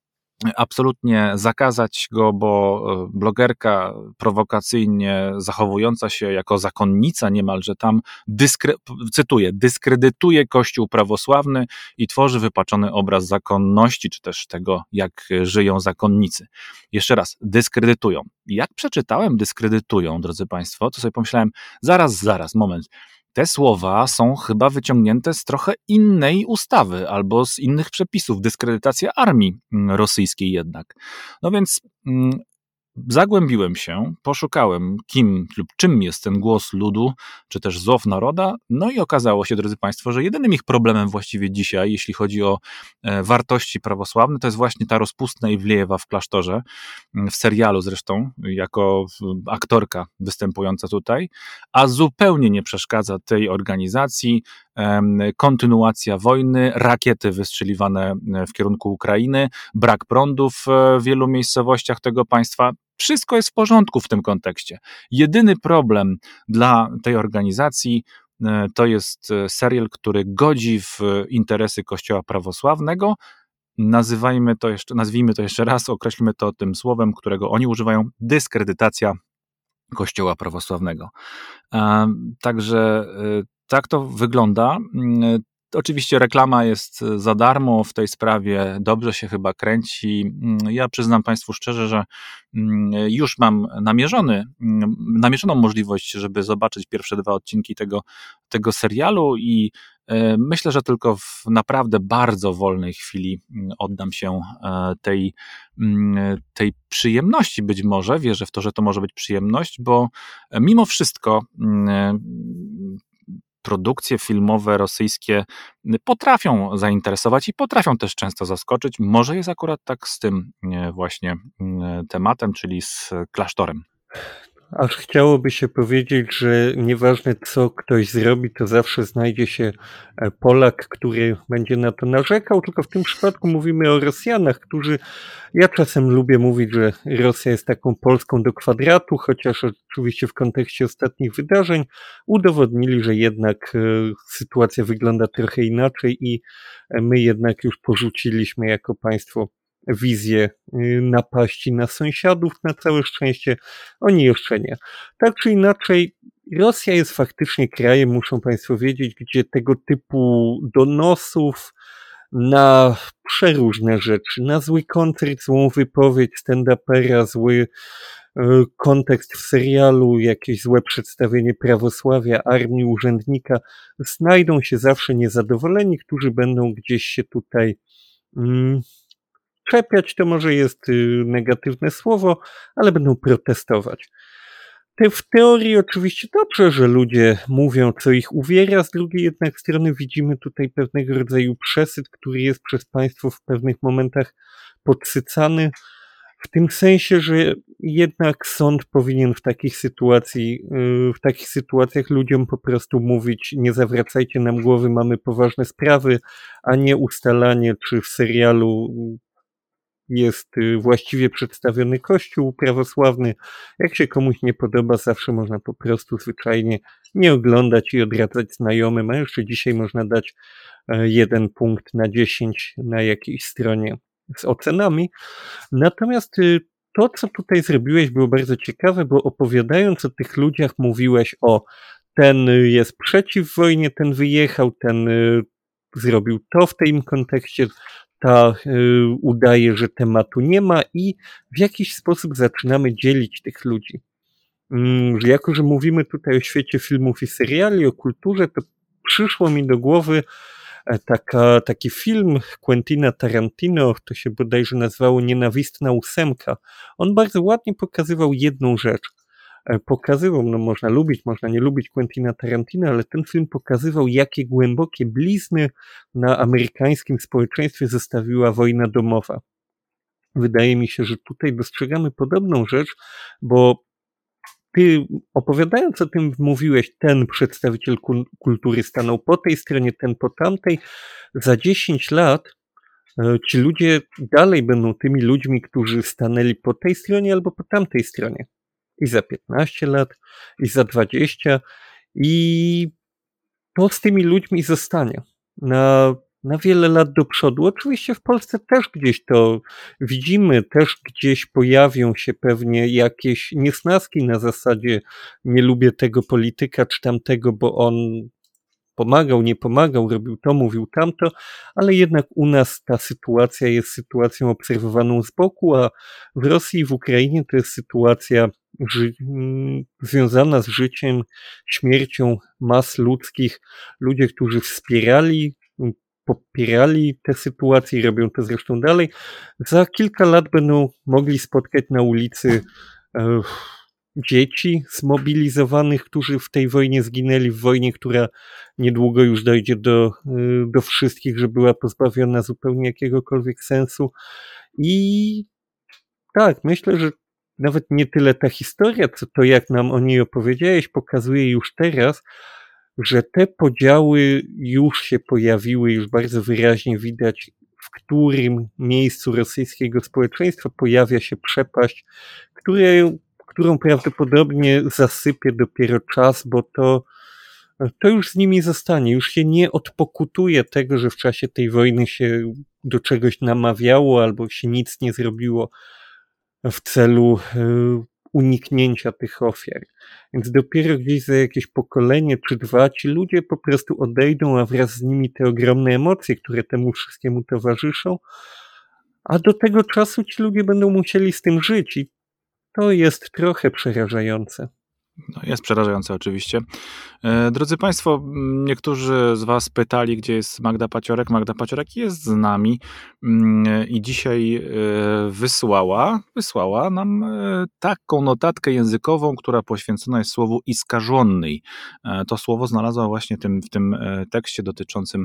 absolutnie zakazać go, bo blogerka prowokacyjnie zachowująca się jako zakonnica niemalże tam, cytuję, dyskredytuje Kościół prawosławny i tworzy wypaczony obraz zakonności, czy też tego, jak żyją zakonnicy. Jeszcze raz, dyskredytują. Jak przeczytałem dyskredytują, drodzy Państwo, to sobie pomyślałem, zaraz, moment. Te słowa są chyba wyciągnięte z trochę innej ustawy albo z innych przepisów. Dyskredytacja armii rosyjskiej jednak. No więc zagłębiłem się, poszukałem kim lub czym jest ten Głos Ludu, czy też Zow Naroda, no i okazało się, drodzy Państwo, że jedynym ich problemem właściwie dzisiaj, jeśli chodzi o wartości prawosławne, to jest właśnie ta rozpustna Iwlejewa w klasztorze, w serialu zresztą, jako aktorka występująca tutaj, a zupełnie nie przeszkadza tej organizacji kontynuacja wojny, rakiety wystrzeliwane w kierunku Ukrainy, brak prądu w wielu miejscowościach tego państwa. Wszystko jest w porządku w tym kontekście. Jedyny problem dla tej organizacji to jest serial, który godzi w interesy Kościoła prawosławnego. Nazwijmy to jeszcze raz, określmy to tym słowem, którego oni używają, dyskredytacja Kościoła prawosławnego. Także tak to wygląda. Oczywiście reklama jest za darmo w tej sprawie, dobrze się chyba kręci. Ja przyznam Państwu szczerze, że już mam namierzoną możliwość, żeby zobaczyć pierwsze 2 odcinki tego serialu i myślę, że tylko w naprawdę bardzo wolnej chwili oddam się tej przyjemności być może. Wierzę w to, że to może być przyjemność, bo mimo wszystko produkcje filmowe rosyjskie potrafią zainteresować i potrafią też często zaskoczyć. Może jest akurat tak z tym właśnie tematem, czyli z klasztorem. Aż chciałoby się powiedzieć, że nieważne co ktoś zrobi, to zawsze znajdzie się Polak, który będzie na to narzekał, tylko w tym przypadku mówimy o Rosjanach, którzy, ja czasem lubię mówić, że Rosja jest taką Polską do kwadratu, chociaż oczywiście w kontekście ostatnich wydarzeń udowodnili, że jednak sytuacja wygląda trochę inaczej i my jednak już porzuciliśmy jako państwo wizję napaści na sąsiadów, na całe szczęście, oni jeszcze nie. Tak czy inaczej, Rosja jest faktycznie krajem, muszą Państwo wiedzieć, gdzie tego typu donosów na przeróżne rzeczy, na zły koncert, złą wypowiedź stand-upera, zły kontekst w serialu, jakieś złe przedstawienie prawosławia, armii, urzędnika, znajdą się zawsze niezadowoleni, którzy będą gdzieś się tutaj czepiać, to może jest negatywne słowo, ale będą protestować. W teorii oczywiście dobrze, że ludzie mówią, co ich uwiera, z drugiej jednak strony widzimy tutaj pewnego rodzaju przesyt, który jest przez państwo w pewnych momentach podsycany, w tym sensie, że jednak sąd powinien w takich sytuacjach ludziom po prostu mówić, nie zawracajcie nam głowy, mamy poważne sprawy, a nie ustalanie, czy w serialu jest właściwie przedstawiony Kościół prawosławny. Jak się komuś nie podoba, zawsze można po prostu zwyczajnie nie oglądać i odradzać znajomym, a jeszcze dzisiaj można dać 1 punkt na 10 na jakiejś stronie z ocenami. Natomiast to, co tutaj zrobiłeś, było bardzo ciekawe, bo opowiadając o tych ludziach, mówiłeś o ten jest przeciw wojnie, ten wyjechał, ten zrobił to w tym kontekście, ta udaje, że tematu nie ma i w jakiś sposób zaczynamy dzielić tych ludzi. Jako że mówimy tutaj o świecie filmów i seriali, o kulturze, to przyszło mi do głowy taki film Quentina Tarantino, to się bodajże nazywało Nienawistna ósemka. On bardzo ładnie pokazywał jedną rzecz. No można lubić, można nie lubić Quentina Tarantino, ale ten film pokazywał, jakie głębokie blizny na amerykańskim społeczeństwie zostawiła wojna domowa. Wydaje mi się, że tutaj dostrzegamy podobną rzecz, bo ty opowiadając o tym mówiłeś, ten przedstawiciel kultury stanął po tej stronie, ten po tamtej. Za 10 lat ci ludzie dalej będą tymi ludźmi, którzy stanęli po tej stronie albo po tamtej stronie. I za 15 lat, i za 20. I to z tymi ludźmi zostanie na wiele lat do przodu. Oczywiście w Polsce też gdzieś to widzimy, też gdzieś pojawią się pewnie jakieś niesnaski na zasadzie nie lubię tego polityka czy tamtego, bo on pomagał, nie pomagał, robił to, mówił tamto, ale jednak u nas ta sytuacja jest sytuacją obserwowaną z boku, a w Rosji i w Ukrainie to jest sytuacja związana z życiem, śmiercią mas ludzkich, ludzie, którzy wspierali, popierali tę sytuację i robią to zresztą dalej, za kilka lat będą mogli spotkać na ulicy dzieci zmobilizowanych, którzy w tej wojnie zginęli, w wojnie, która niedługo już dojdzie do wszystkich, że była pozbawiona zupełnie jakiegokolwiek sensu. I tak, myślę, że nawet nie tyle ta historia, co to, jak nam o niej opowiedziałeś, pokazuje już teraz, że te podziały już się pojawiły, już bardzo wyraźnie widać, w którym miejscu rosyjskiego społeczeństwa pojawia się przepaść, którą prawdopodobnie zasypie dopiero czas, bo to już z nimi zostanie, już się nie odpokutuje tego, że w czasie tej wojny się do czegoś namawiało albo się nic nie zrobiło w celu uniknięcia tych ofiar. Więc dopiero gdzieś za jakieś pokolenie czy dwa ci ludzie po prostu odejdą, a wraz z nimi te ogromne emocje, które temu wszystkiemu towarzyszą, a do tego czasu ci ludzie będą musieli z tym żyć i to jest trochę przerażające. No, jest przerażające oczywiście. Drodzy Państwo, niektórzy z Was pytali, gdzie jest Magda Paciorek. Magda Paciorek jest z nami i dzisiaj wysłała nam taką notatkę językową, która poświęcona jest słowu iskażonnej. To słowo znalazła właśnie w tym tekście dotyczącym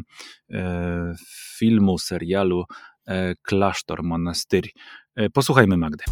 filmu, serialu Klasztor Monastyr. Posłuchajmy Magdy.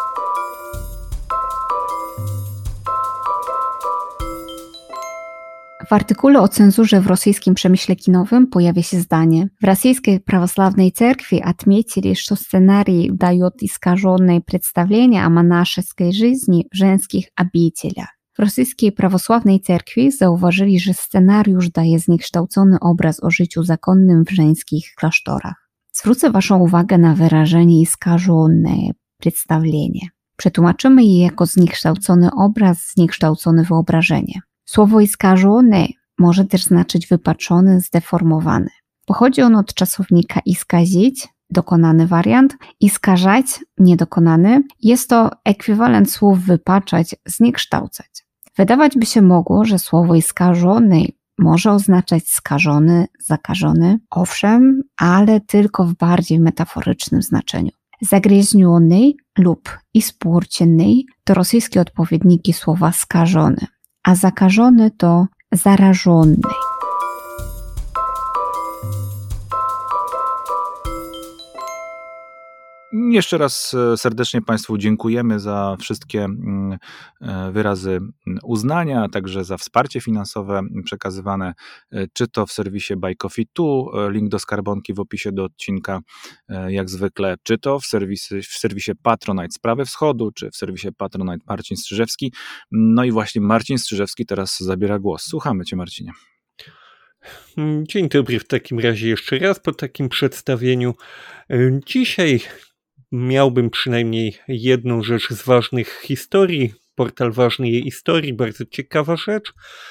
W artykule o cenzurze w rosyjskim przemyśle kinowym pojawia się zdanie: w Российской православной церкви отметили, что сценарий дает искаженное представление о монашеской жизни в женских обителях. W rosyjskiej prawosławnej cerkwi zauważyli, że scenariusz daje zniekształcony obraz o życiu zakonnym w żeńskich klasztorach. Zwrócę Waszą uwagę na wyrażenie искаженное представление. Przetłumaczymy je jako zniekształcony obraz, zniekształcone wyobrażenie. Słowo искаженное może też znaczyć wypaczony, zdeformowany. Pochodzi on od czasownika исказить, dokonany wariant, искажать, niedokonany. Jest to ekwiwalent słów wypaczać, zniekształcać. Wydawać by się mogło, że słowo искаженный może oznaczać skażony, zakażony, owszem, ale tylko w bardziej metaforycznym znaczeniu. Загрязненный lub испорченный to rosyjskie odpowiedniki słowa skażony, a zakażony to zarażony. Jeszcze raz serdecznie Państwu dziękujemy za wszystkie wyrazy uznania, a także za wsparcie finansowe przekazywane, czy to w serwisie Buy Coffee 2, link do skarbonki w opisie do odcinka jak zwykle, czy to w serwisie Patronite Sprawy Wschodu, czy w serwisie Patronite Marcin Strzyżewski. No i właśnie Marcin Strzyżewski teraz zabiera głos. Słuchamy Cię, Marcinie. Dzień dobry w takim razie jeszcze raz po takim przedstawieniu. Dzisiaj miałbym przynajmniej jedną rzecz z ważnych historii, portal ważnej historii, bardzo ciekawa rzecz.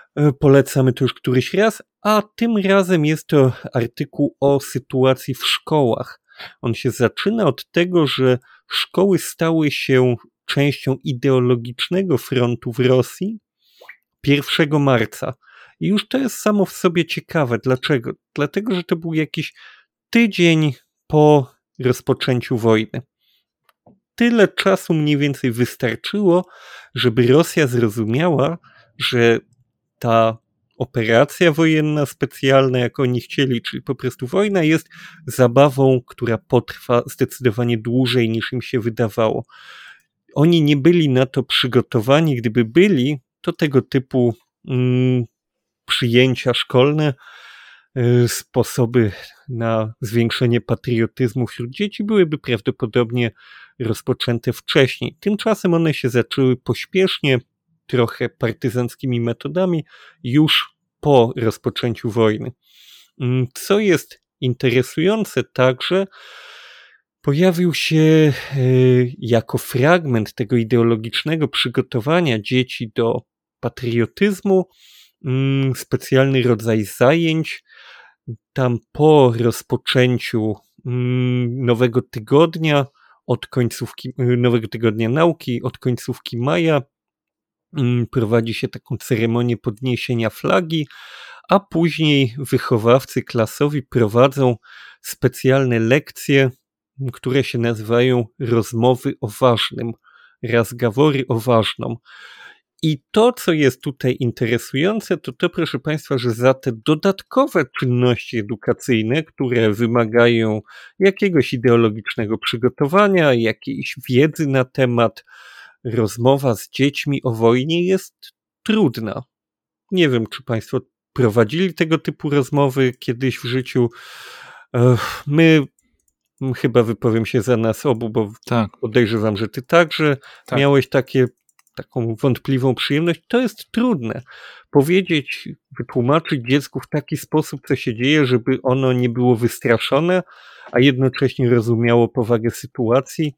Polecamy to już któryś raz, a tym razem jest to artykuł o sytuacji w szkołach. On się zaczyna od tego, że szkoły stały się częścią ideologicznego frontu w Rosji 1 marca. I już to jest samo w sobie ciekawe. Dlaczego? Dlatego, że to był jakiś tydzień po rozpoczęciu wojny. Tyle czasu mniej więcej wystarczyło, żeby Rosja zrozumiała, że ta operacja wojenna specjalna, jak oni chcieli, czyli po prostu wojna, jest zabawą, która potrwa zdecydowanie dłużej niż im się wydawało. Oni nie byli na to przygotowani. Gdyby byli, to tego typu przyjęcia szkolne, sposoby na zwiększenie patriotyzmu wśród dzieci byłyby prawdopodobnie rozpoczęte wcześniej. Tymczasem one się zaczęły pośpiesznie, trochę partyzanckimi metodami, już po rozpoczęciu wojny. Co jest interesujące także, pojawił się jako fragment tego ideologicznego przygotowania dzieci do patriotyzmu specjalny rodzaj zajęć. Tam po rozpoczęciu nowego tygodnia nauki, od końcówki maja prowadzi się taką ceremonię podniesienia flagi, a później wychowawcy klasowi prowadzą specjalne lekcje, które się nazywają rozmowy o ważnym, razgawory o ważnym. I to, co jest tutaj interesujące, to proszę Państwa, że za te dodatkowe czynności edukacyjne, które wymagają jakiegoś ideologicznego przygotowania, jakiejś wiedzy na temat, rozmowa z dziećmi o wojnie jest trudna. Nie wiem, czy Państwo prowadzili tego typu rozmowy kiedyś w życiu. My, chyba wypowiem się za nas obu, bo podejrzewam, że Ty także miałeś taką wątpliwą przyjemność. To jest trudne. Powiedzieć, wytłumaczyć dziecku w taki sposób, co się dzieje, żeby ono nie było wystraszone, a jednocześnie rozumiało powagę sytuacji.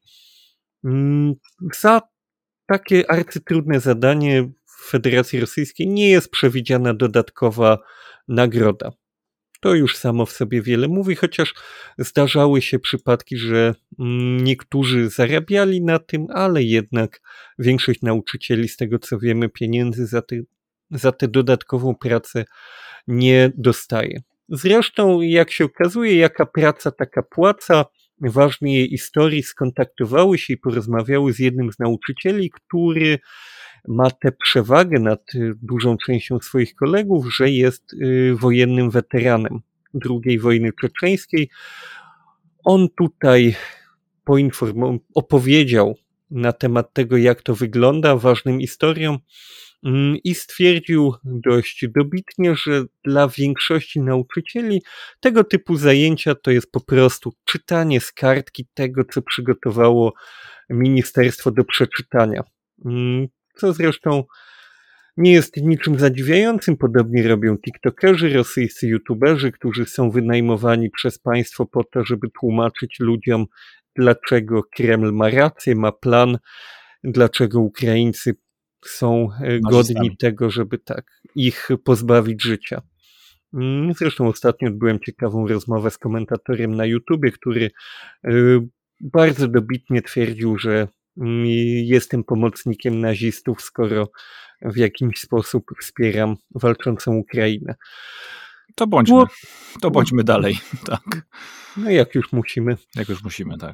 Za takie arcytrudne zadanie w Federacji Rosyjskiej nie jest przewidziana dodatkowa nagroda. To już samo w sobie wiele mówi, chociaż zdarzały się przypadki, że niektórzy zarabiali na tym, ale jednak większość nauczycieli, z tego co wiemy, pieniędzy za tę dodatkową pracę nie dostaje. Zresztą, jak się okazuje, jaka praca, taka płaca. Ważne jej historii skontaktowały się i porozmawiały z jednym z nauczycieli, który ma tę przewagę nad dużą częścią swoich kolegów, że jest wojennym weteranem II wojny czeczeńskiej. On tutaj opowiedział na temat tego, jak to wygląda, ważnym historiom i stwierdził dość dobitnie, że dla większości nauczycieli tego typu zajęcia to jest po prostu czytanie z kartki tego, co przygotowało ministerstwo do przeczytania. Co zresztą nie jest niczym zadziwiającym. Podobnie robią tiktokerzy, rosyjscy youtuberzy, którzy są wynajmowani przez państwo po to, żeby tłumaczyć ludziom, dlaczego Kreml ma rację, ma plan, dlaczego Ukraińcy są godni tego, żeby ich pozbawić życia. Zresztą ostatnio odbyłem ciekawą rozmowę z komentatorem na YouTubie, który bardzo dobitnie twierdził, że jestem pomocnikiem nazistów, skoro w jakimś sposób wspieram walczącą Ukrainę. To bądźmy dalej. Tak. No jak już musimy. Tak.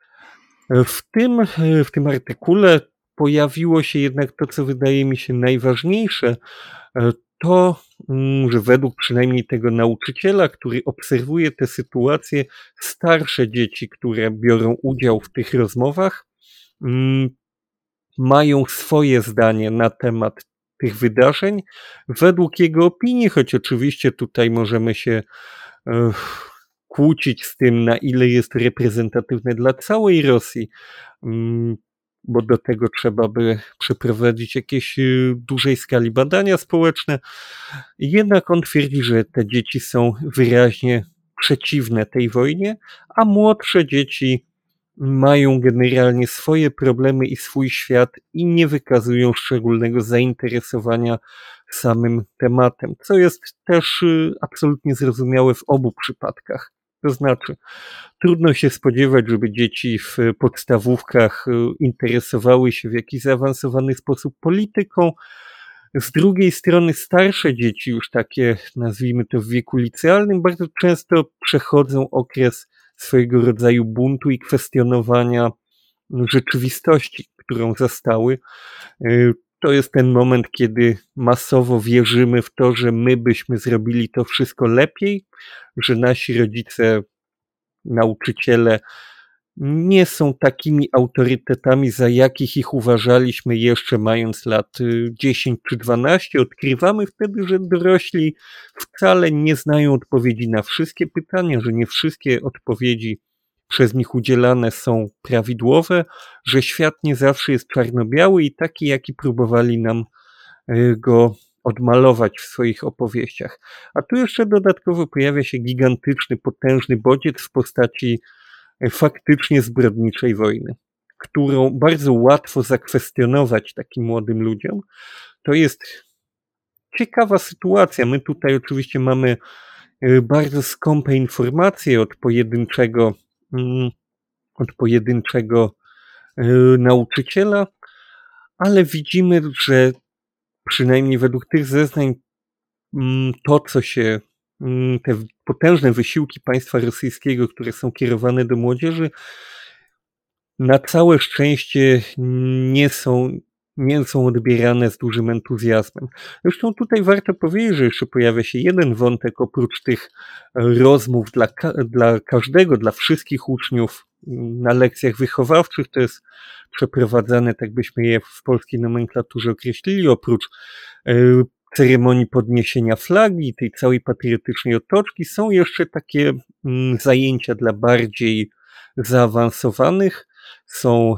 W tym artykule pojawiło się jednak to, co wydaje mi się najważniejsze, to, że według przynajmniej tego nauczyciela, który obserwuje tę sytuację, starsze dzieci, które biorą udział w tych rozmowach, mają swoje zdanie na temat tych wydarzeń. Według jego opinii, choć oczywiście tutaj możemy się kłócić z tym, na ile jest reprezentatywne dla całej Rosji, bo do tego trzeba by przeprowadzić jakieś dużej skali badania społeczne. Jednak on twierdzi, że te dzieci są wyraźnie przeciwne tej wojnie, a młodsze dzieci mają generalnie swoje problemy i swój świat i nie wykazują szczególnego zainteresowania samym tematem, co jest też absolutnie zrozumiałe w obu przypadkach. To znaczy, trudno się spodziewać, żeby dzieci w podstawówkach interesowały się w jakiś zaawansowany sposób polityką. Z drugiej strony starsze dzieci, już takie, nazwijmy to w wieku licealnym, bardzo często przechodzą okres swojego rodzaju buntu i kwestionowania rzeczywistości, którą zastały. To jest ten moment, kiedy masowo wierzymy w to, że my byśmy zrobili to wszystko lepiej, że nasi rodzice, nauczyciele nie są takimi autorytetami, za jakich ich uważaliśmy jeszcze mając lat 10 czy 12. Odkrywamy wtedy, że dorośli wcale nie znają odpowiedzi na wszystkie pytania, że nie wszystkie odpowiedzi przez nich udzielane są prawidłowe, że świat nie zawsze jest czarno-biały i taki, jaki próbowali nam go odmalować w swoich opowieściach. A tu jeszcze dodatkowo pojawia się gigantyczny, potężny bodziec w postaci faktycznie zbrodniczej wojny, którą bardzo łatwo zakwestionować takim młodym ludziom. To jest ciekawa sytuacja. My tutaj oczywiście mamy bardzo skąpe informacje od pojedynczego nauczyciela, ale widzimy, że przynajmniej według tych zeznań to, co się, te potężne wysiłki państwa rosyjskiego, które są kierowane do młodzieży, na całe szczęście nie są odbierane z dużym entuzjazmem. Zresztą tutaj warto powiedzieć, że jeszcze pojawia się jeden wątek oprócz tych rozmów dla każdego, dla wszystkich uczniów na lekcjach wychowawczych. To jest przeprowadzane, tak byśmy je w polskiej nomenklaturze określili, oprócz ceremonii podniesienia flagi, tej całej patriotycznej otoczki, są jeszcze takie zajęcia dla bardziej zaawansowanych. Są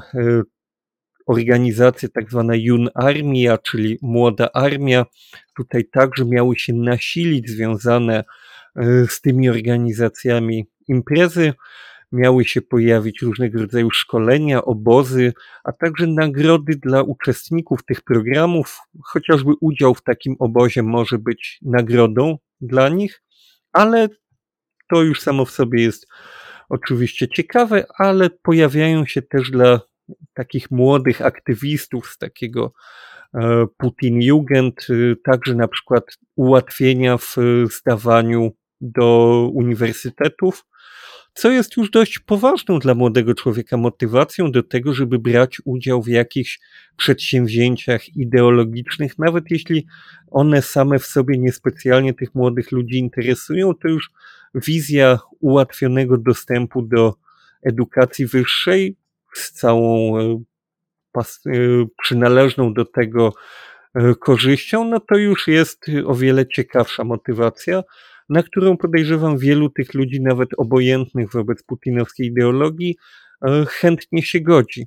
organizacje tak zwana Jun Armia, czyli młoda armia. Tutaj także miały się nasilić związane z tymi organizacjami imprezy. Miały się pojawić różnego rodzaju szkolenia, obozy, a także nagrody dla uczestników tych programów. Chociażby udział w takim obozie może być nagrodą dla nich, ale to już samo w sobie jest oczywiście ciekawe, ale pojawiają się też dla takich młodych aktywistów z takiego Putin-Jugend, także na przykład ułatwienia w zdawaniu do uniwersytetów, co jest już dość poważną dla młodego człowieka motywacją do tego, żeby brać udział w jakichś przedsięwzięciach ideologicznych, nawet jeśli one same w sobie niespecjalnie tych młodych ludzi interesują, to już wizja ułatwionego dostępu do edukacji wyższej z całą przynależną do tego korzyścią, no to już jest o wiele ciekawsza motywacja, na którą podejrzewam wielu tych ludzi, nawet obojętnych wobec putinowskiej ideologii, chętnie się godzi.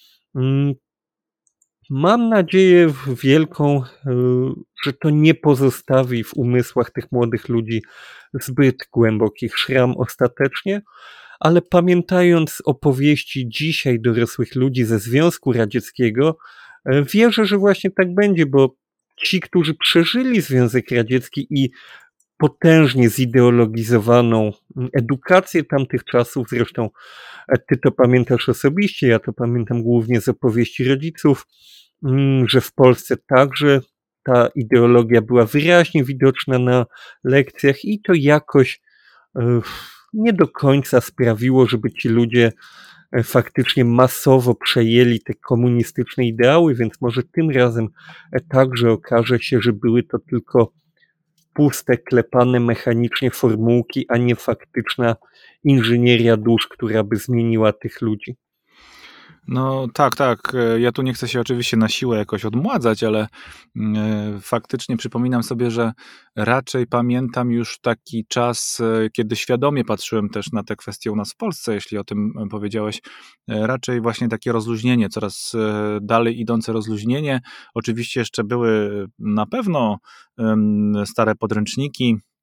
Mam nadzieję wielką, że to nie pozostawi w umysłach tych młodych ludzi zbyt głębokich szram ostatecznie, ale pamiętając opowieści dzisiaj dorosłych ludzi ze Związku Radzieckiego, wierzę, że właśnie tak będzie, bo ci, którzy przeżyli Związek Radziecki i potężnie zideologizowaną edukację tamtych czasów, zresztą ty to pamiętasz osobiście, ja to pamiętam głównie z opowieści rodziców, że w Polsce także ta ideologia była wyraźnie widoczna na lekcjach i to jakoś nie do końca sprawiło, żeby ci ludzie faktycznie masowo przejęli te komunistyczne ideały, więc może tym razem także okaże się, że były to tylko puste, klepane mechanicznie formułki, a nie faktyczna inżynieria dusz, która by zmieniła tych ludzi. No tak. Ja tu nie chcę się oczywiście na siłę jakoś odmładzać, ale faktycznie przypominam sobie, że raczej pamiętam już taki czas, kiedy świadomie patrzyłem też na tę kwestię u nas w Polsce, jeśli o tym powiedziałeś, raczej właśnie takie rozluźnienie, coraz dalej idące rozluźnienie. Oczywiście jeszcze były na pewno stare podręczniki,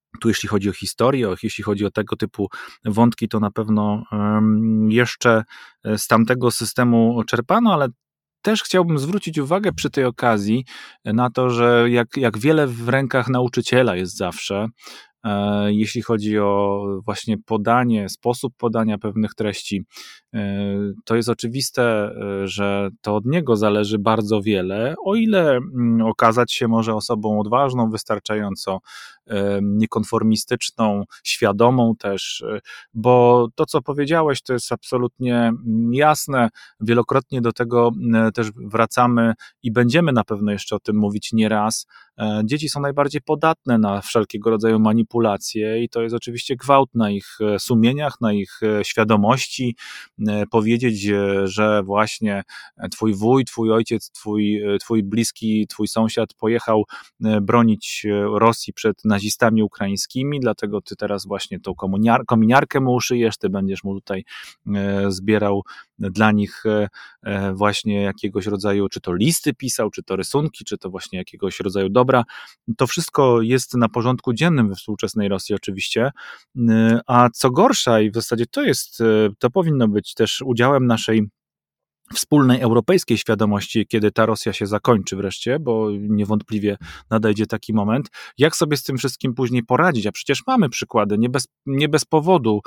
Tu jeśli chodzi o historię, jeśli chodzi o tego typu wątki, to na pewno jeszcze z tamtego systemu czerpano, ale też chciałbym zwrócić uwagę przy tej okazji na to, że jak wiele w rękach nauczyciela jest zawsze, jeśli chodzi o właśnie podanie, sposób podania pewnych treści, to jest oczywiste, że to od niego zależy bardzo wiele, o ile okazać się może osobą odważną, wystarczająco niekonformistyczną, świadomą też, bo to, co powiedziałeś, to jest absolutnie jasne. Wielokrotnie do tego też wracamy i będziemy na pewno jeszcze o tym mówić nieraz. Dzieci są najbardziej podatne na wszelkiego rodzaju manipulacje i to jest oczywiście gwałt na ich sumieniach, na ich świadomości. Powiedzieć, że właśnie twój wuj, twój ojciec, twój bliski, twój sąsiad pojechał bronić Rosji przed nazistami ukraińskimi, dlatego ty teraz właśnie tą kominiarkę mu uszyjesz, ty będziesz mu tutaj zbierał dla nich właśnie jakiegoś rodzaju, czy to listy pisał, czy to rysunki, czy to właśnie jakiegoś rodzaju dobra. To wszystko jest na porządku dziennym we współczesnej Rosji oczywiście, a co gorsza i w zasadzie to powinno być też udziałem naszej wspólnej europejskiej świadomości, kiedy ta Rosja się zakończy wreszcie, bo niewątpliwie nadejdzie taki moment, jak sobie z tym wszystkim później poradzić, a przecież mamy przykłady, nie bez powodu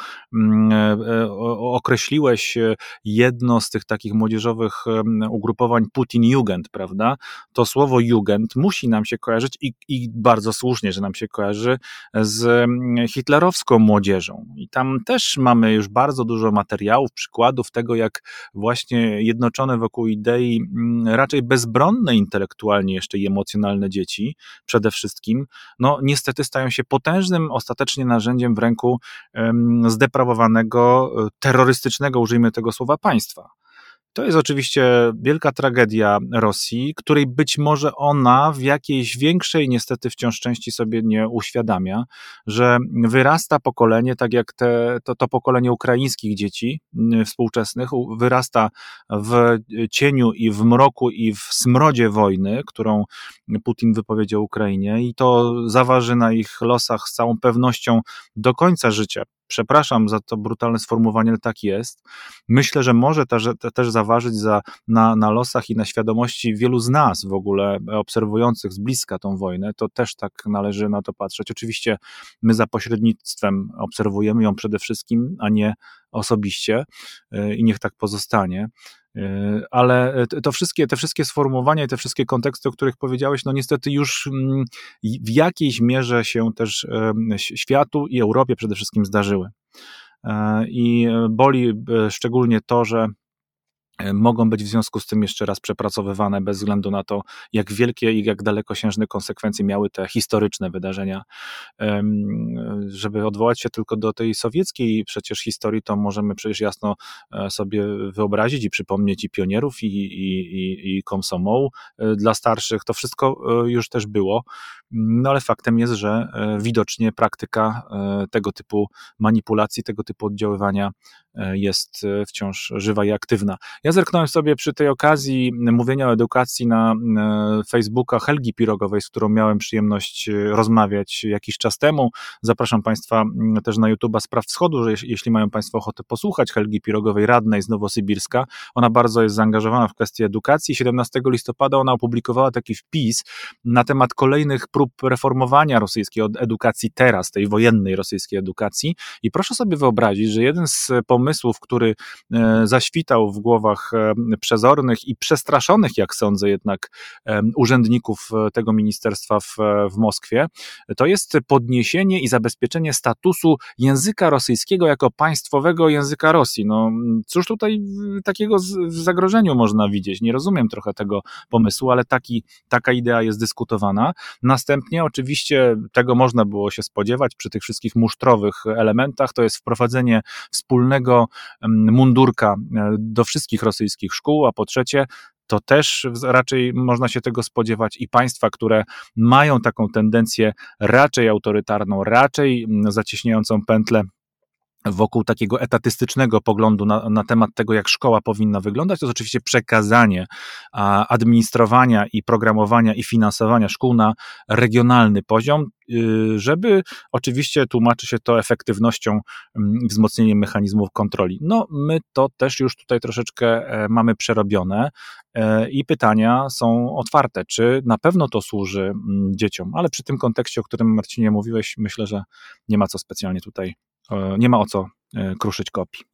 określiłeś jedno z tych takich młodzieżowych ugrupowań Putin-Jugend, prawda? To słowo Jugend musi nam się kojarzyć i bardzo słusznie, że nam się kojarzy z hitlerowską młodzieżą i tam też mamy już bardzo dużo materiałów, przykładów tego, jak właśnie jednoczone wokół idei raczej bezbronne intelektualnie jeszcze i emocjonalne dzieci przede wszystkim, no niestety stają się potężnym ostatecznie narzędziem w ręku zdeprawowanego, terrorystycznego, użyjmy tego słowa, państwa. To jest oczywiście wielka tragedia Rosji, której być może ona w jakiejś większej niestety wciąż części sobie nie uświadamia, że wyrasta pokolenie, tak jak to pokolenie ukraińskich dzieci współczesnych, wyrasta w cieniu i w mroku i w smrodzie wojny, którą Putin wypowiedział Ukrainie i to zaważy na ich losach z całą pewnością do końca życia. Przepraszam za to brutalne sformułowanie, ale tak jest. Myślę, że może też zaważyć na losach i na świadomości wielu z nas w ogóle obserwujących z bliska tą wojnę. To też tak należy na to patrzeć. Oczywiście my za pośrednictwem obserwujemy ją przede wszystkim, a nie osobiście i niech tak pozostanie. Ale te wszystkie sformułowania i te wszystkie konteksty, o których powiedziałeś, no niestety już w jakiejś mierze się też światu i Europie przede wszystkim zdarzyły. I boli szczególnie to, że mogą być w związku z tym jeszcze raz przepracowywane bez względu na to, jak wielkie i jak dalekosiężne konsekwencje miały te historyczne wydarzenia. Żeby odwołać się tylko do tej sowieckiej przecież historii, to możemy przecież jasno sobie wyobrazić i przypomnieć i pionierów, i komsomoł dla starszych. To wszystko już też było, no ale faktem jest, że widocznie praktyka tego typu manipulacji, tego typu oddziaływania jest wciąż żywa i aktywna. Ja zerknąłem sobie przy tej okazji mówienia o edukacji na Facebooka Helgi Pirogowej, z którą miałem przyjemność rozmawiać jakiś czas temu. Zapraszam Państwa też na YouTube'a Spraw Wschodu, że jeśli mają Państwo ochotę posłuchać Helgi Pirogowej, radnej z Nowosybirska. Ona bardzo jest zaangażowana w kwestie edukacji. 17 listopada ona opublikowała taki wpis na temat kolejnych prób reformowania rosyjskiej edukacji teraz, tej wojennej rosyjskiej edukacji. I proszę sobie wyobrazić, że jeden z pomysłów, który zaświtał w głowach przezornych i przestraszonych, jak sądzę jednak, urzędników tego ministerstwa w Moskwie, to jest podniesienie i zabezpieczenie statusu języka rosyjskiego jako państwowego języka Rosji. No cóż tutaj takiego w zagrożeniu można widzieć? Nie rozumiem trochę tego pomysłu, ale taka idea jest dyskutowana. Następnie oczywiście tego można było się spodziewać przy tych wszystkich musztrowych elementach, to jest wprowadzenie wspólnego mundurka do wszystkich rosyjskich szkół, a po trzecie to też raczej można się tego spodziewać i państwa, które mają taką tendencję raczej autorytarną, raczej zacieśniającą pętlę wokół takiego etatystycznego poglądu na temat tego, jak szkoła powinna wyglądać, to jest oczywiście przekazanie administrowania i programowania i finansowania szkół na regionalny poziom, żeby oczywiście tłumaczy się to efektywnością, wzmocnieniem mechanizmów kontroli. No, my to też już tutaj troszeczkę mamy przerobione i pytania są otwarte, czy na pewno to służy dzieciom, ale przy tym kontekście, o którym, Marcinie, mówiłeś, myślę, że nie ma co specjalnie tutaj, nie ma o co kruszyć kopii.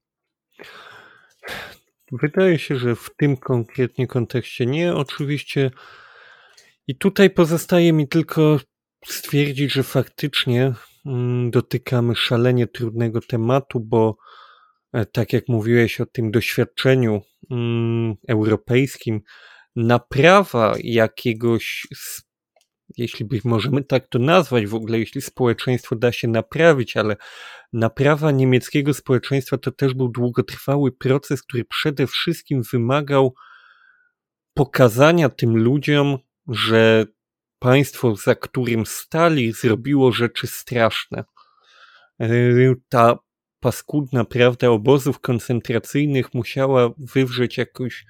Wydaje się, że w tym konkretnie kontekście nie, oczywiście. I tutaj pozostaje mi tylko stwierdzić, że faktycznie dotykamy szalenie trudnego tematu, bo tak jak mówiłeś o tym doświadczeniu europejskim, naprawa jakiegoś, jeśli możemy tak to nazwać w ogóle, jeśli społeczeństwo da się naprawić, ale naprawa niemieckiego społeczeństwa to też był długotrwały proces, który przede wszystkim wymagał pokazania tym ludziom, że państwo, za którym stali, zrobiło rzeczy straszne. Ta paskudna prawda obozów koncentracyjnych musiała wywrzeć jakąś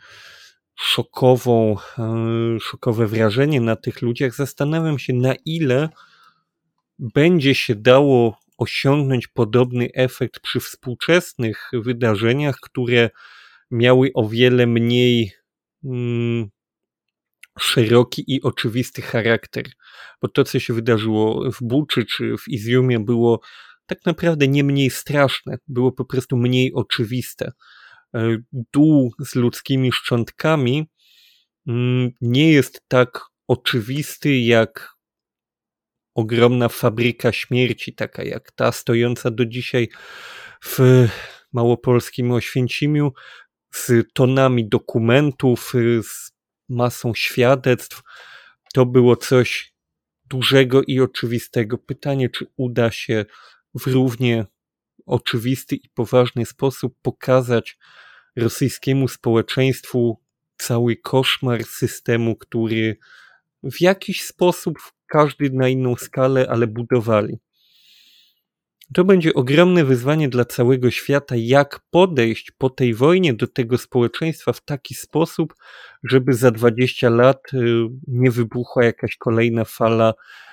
szokowe wrażenie na tych ludziach. Zastanawiam się, na ile będzie się dało osiągnąć podobny efekt przy współczesnych wydarzeniach, które miały o wiele mniej szeroki i oczywisty charakter. Bo to, co się wydarzyło w Buczy czy w Iziumie, było tak naprawdę nie mniej straszne, było po prostu mniej oczywiste. Dół z ludzkimi szczątkami nie jest tak oczywisty jak ogromna fabryka śmierci, taka jak ta stojąca do dzisiaj w małopolskim Oświęcimiu, z tonami dokumentów, z masą świadectw. To było coś dużego i oczywistego. Pytanie, czy uda się w równie oczywisty i poważny sposób pokazać rosyjskiemu społeczeństwu cały koszmar systemu, który w jakiś sposób, każdy na inną skalę, ale budowali. To będzie ogromne wyzwanie dla całego świata, jak podejść po tej wojnie do tego społeczeństwa w taki sposób, żeby za 20 lat nie wybuchła jakaś kolejna fala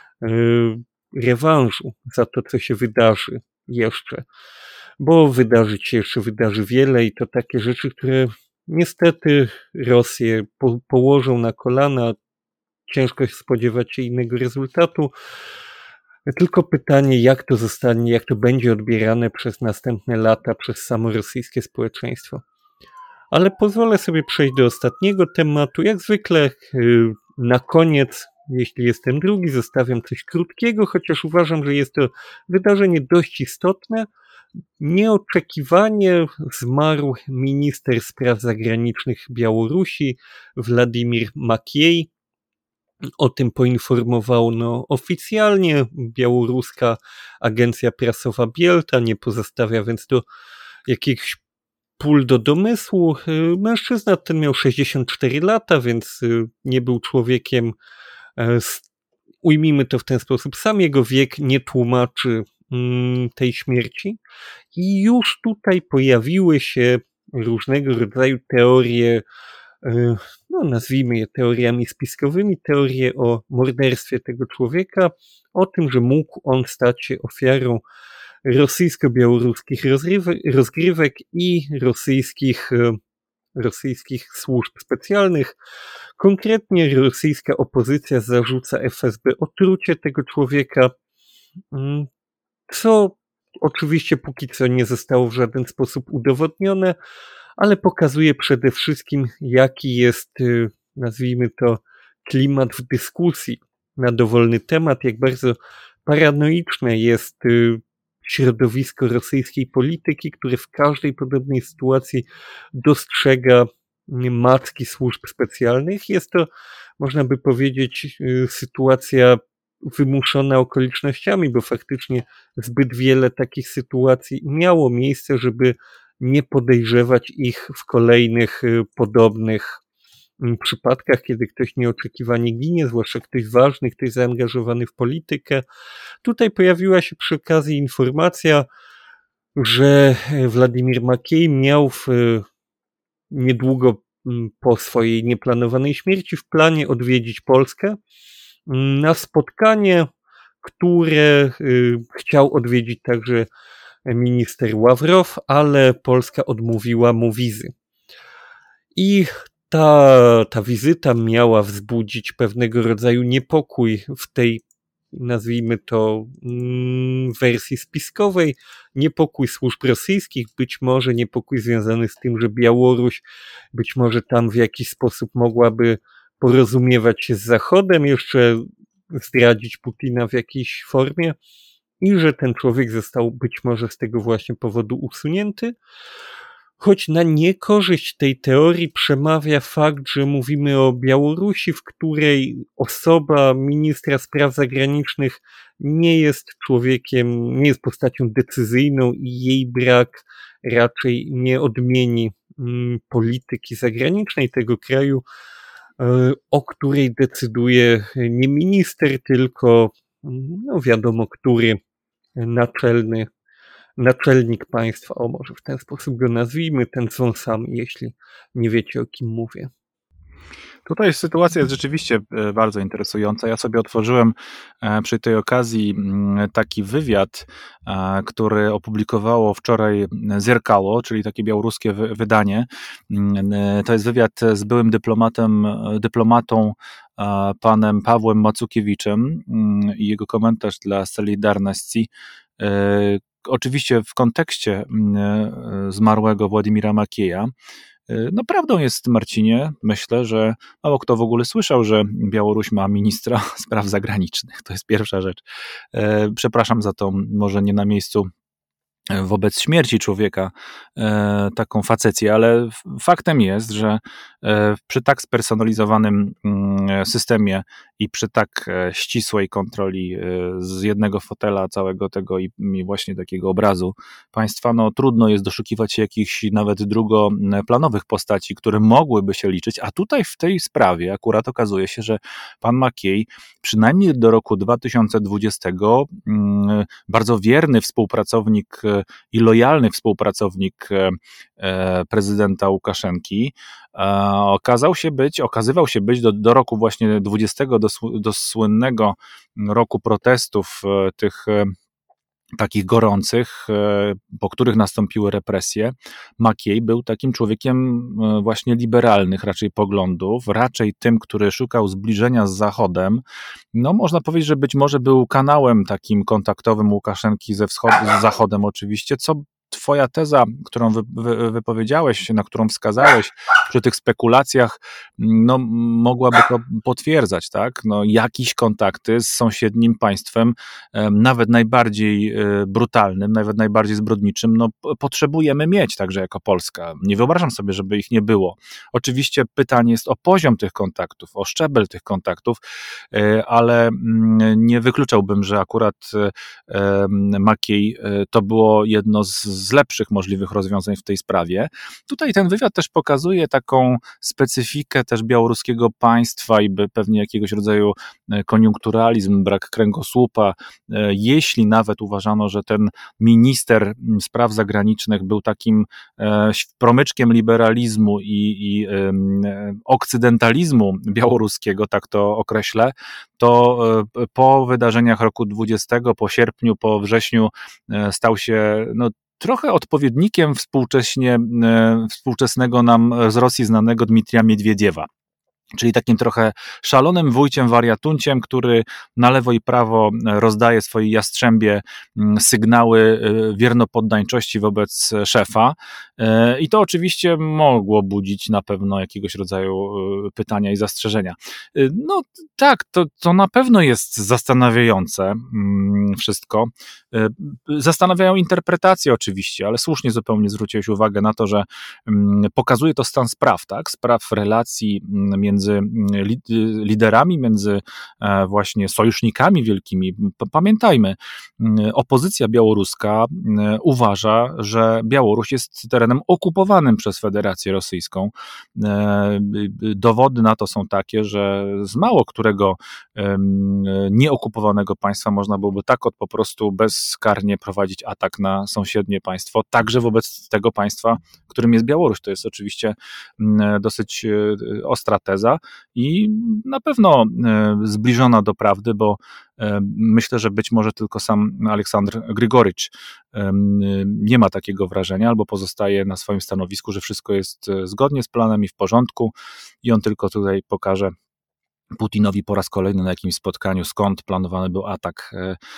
rewanżu za to, co się wydarzy jeszcze. Bo wydarzyć się jeszcze wydarzy wiele i to takie rzeczy, które niestety Rosję położą na kolana. Ciężko spodziewać się innego rezultatu. Tylko pytanie, jak to zostanie, jak to będzie odbierane przez następne lata przez samo rosyjskie społeczeństwo. Ale pozwolę sobie przejść do ostatniego tematu. Jak zwykle na koniec, jeśli jestem drugi, zostawiam coś krótkiego, chociaż uważam, że jest to wydarzenie dość istotne. Nieoczekiwanie zmarł minister spraw zagranicznych Białorusi Władimir Makiej. O tym poinformowano oficjalnie. Białoruska agencja prasowa Bielta nie pozostawia więc do jakichś pól do domysłu. Mężczyzna ten miał 64 lata, więc nie był człowiekiem, ujmijmy to w ten sposób, sam jego wiek nie tłumaczy tej śmierci. I już tutaj pojawiły się różnego rodzaju teorie, no nazwijmy je teoriami spiskowymi, teorie o morderstwie tego człowieka, o tym, że mógł on stać się ofiarą rosyjsko-białoruskich rozgrywek i rosyjskich służb specjalnych. Konkretnie rosyjska opozycja zarzuca FSB otrucie tego człowieka, co oczywiście póki co nie zostało w żaden sposób udowodnione, ale pokazuje przede wszystkim, jaki jest, nazwijmy to, klimat w dyskusji na dowolny temat, jak bardzo paranoiczne jest środowisko rosyjskiej polityki, które w każdej podobnej sytuacji dostrzega macki służb specjalnych. Jest to, można by powiedzieć, sytuacja wymuszona okolicznościami, bo faktycznie zbyt wiele takich sytuacji miało miejsce, żeby nie podejrzewać ich w kolejnych podobnych przypadkach, kiedy ktoś nieoczekiwanie ginie, zwłaszcza ktoś ważny, ktoś zaangażowany w politykę. Tutaj pojawiła się przy okazji informacja, że Władimir Makiej miał niedługo po swojej nieplanowanej śmierci w planie odwiedzić Polskę na spotkanie, które chciał odwiedzić także minister Ławrow, ale Polska odmówiła mu wizy. I ta wizyta miała wzbudzić pewnego rodzaju niepokój w tej, nazwijmy to, wersji spiskowej, niepokój służb rosyjskich, być może niepokój związany z tym, że Białoruś być może tam w jakiś sposób mogłaby porozumiewać się z Zachodem, jeszcze zdradzić Putina w jakiejś formie i że ten człowiek został być może z tego właśnie powodu usunięty. Choć na niekorzyść tej teorii przemawia fakt, że mówimy o Białorusi, w której osoba ministra spraw zagranicznych nie jest człowiekiem, nie jest postacią decyzyjną i jej brak raczej nie odmieni polityki zagranicznej tego kraju, o której decyduje nie minister, tylko no wiadomo który naczelnik państwa, o może w ten sposób go nazwijmy, ten co on sam, jeśli nie wiecie o kim mówię. Tutaj sytuacja jest rzeczywiście bardzo interesująca. Ja sobie otworzyłem przy tej okazji taki wywiad, który opublikowało wczoraj Zerkalo, czyli takie białoruskie wydanie. To jest wywiad z byłym dyplomatą panem Pawłem Macukiewiczem i jego komentarz dla Solidarności. Oczywiście w kontekście zmarłego Władimira Makieja. No prawdą jest, Marcinie, myślę, że mało kto w ogóle słyszał, że Białoruś ma ministra spraw zagranicznych. To jest pierwsza rzecz. Przepraszam za to, może nie na miejscu wobec śmierci człowieka taką facecję, ale faktem jest, że przy tak spersonalizowanym systemie i przy tak ścisłej kontroli z jednego fotela całego tego i właśnie takiego obrazu państwa, no trudno jest doszukiwać się jakichś nawet drugoplanowych postaci, które mogłyby się liczyć, a tutaj w tej sprawie akurat okazuje się, że pan Makiej przynajmniej do roku 2020 bardzo wierny współpracownik i lojalny współpracownik prezydenta Łukaszenki okazywał się być do roku właśnie 20, do słynnego roku protestów tych takich gorących, po których nastąpiły represje. Makiej był takim człowiekiem właśnie liberalnych raczej poglądów, raczej tym, który szukał zbliżenia z Zachodem. No można powiedzieć, że być może był kanałem takim kontaktowym Łukaszenki z Zachodem oczywiście, co twoja teza, którą wypowiedziałeś, na którą wskazałeś przy tych spekulacjach, no mogłaby to potwierdzać, tak? No jakieś kontakty z sąsiednim państwem, nawet najbardziej brutalnym, nawet najbardziej zbrodniczym, no potrzebujemy mieć także jako Polska. Nie wyobrażam sobie, żeby ich nie było. Oczywiście pytanie jest o poziom tych kontaktów, o szczebel tych kontaktów, ale nie wykluczałbym, że akurat Makiej to było jedno z lepszych możliwych rozwiązań w tej sprawie. Tutaj ten wywiad też pokazuje taką specyfikę też białoruskiego państwa i pewnie jakiegoś rodzaju koniunkturalizm, brak kręgosłupa. Jeśli nawet uważano, że ten minister spraw zagranicznych był takim promyczkiem liberalizmu i okcydentalizmu białoruskiego, tak to określę, to po wydarzeniach roku 20, po sierpniu, po wrześniu stał się trochę odpowiednikiem współczesnego nam z Rosji znanego Dmitrija Miedwiediewa. Czyli takim trochę szalonym wujciem, wariatunciem, który na lewo i prawo rozdaje swojej jastrzębie sygnały wiernopoddańczości wobec szefa. I to oczywiście mogło budzić na pewno jakiegoś rodzaju pytania i zastrzeżenia. No tak, to na pewno jest zastanawiające wszystko. Zastanawiają interpretacje oczywiście, ale słusznie zupełnie zwróciłeś uwagę na to, że pokazuje to stan spraw, tak? Spraw relacji między między liderami, między właśnie sojusznikami wielkimi. Pamiętajmy, opozycja białoruska uważa, że Białoruś jest terenem okupowanym przez Federację Rosyjską. Dowody na to są takie, że z mało którego nieokupowanego państwa można byłoby tak po prostu bezkarnie prowadzić atak na sąsiednie państwo, także wobec tego państwa, którym jest Białoruś. To jest oczywiście dosyć ostra teza i na pewno zbliżona do prawdy, bo myślę, że być może tylko sam Aleksandr Grigorycz nie ma takiego wrażenia albo pozostaje na swoim stanowisku, że wszystko jest zgodnie z planem i w porządku i on tylko tutaj pokaże Putinowi po raz kolejny na jakimś spotkaniu, skąd planowany był atak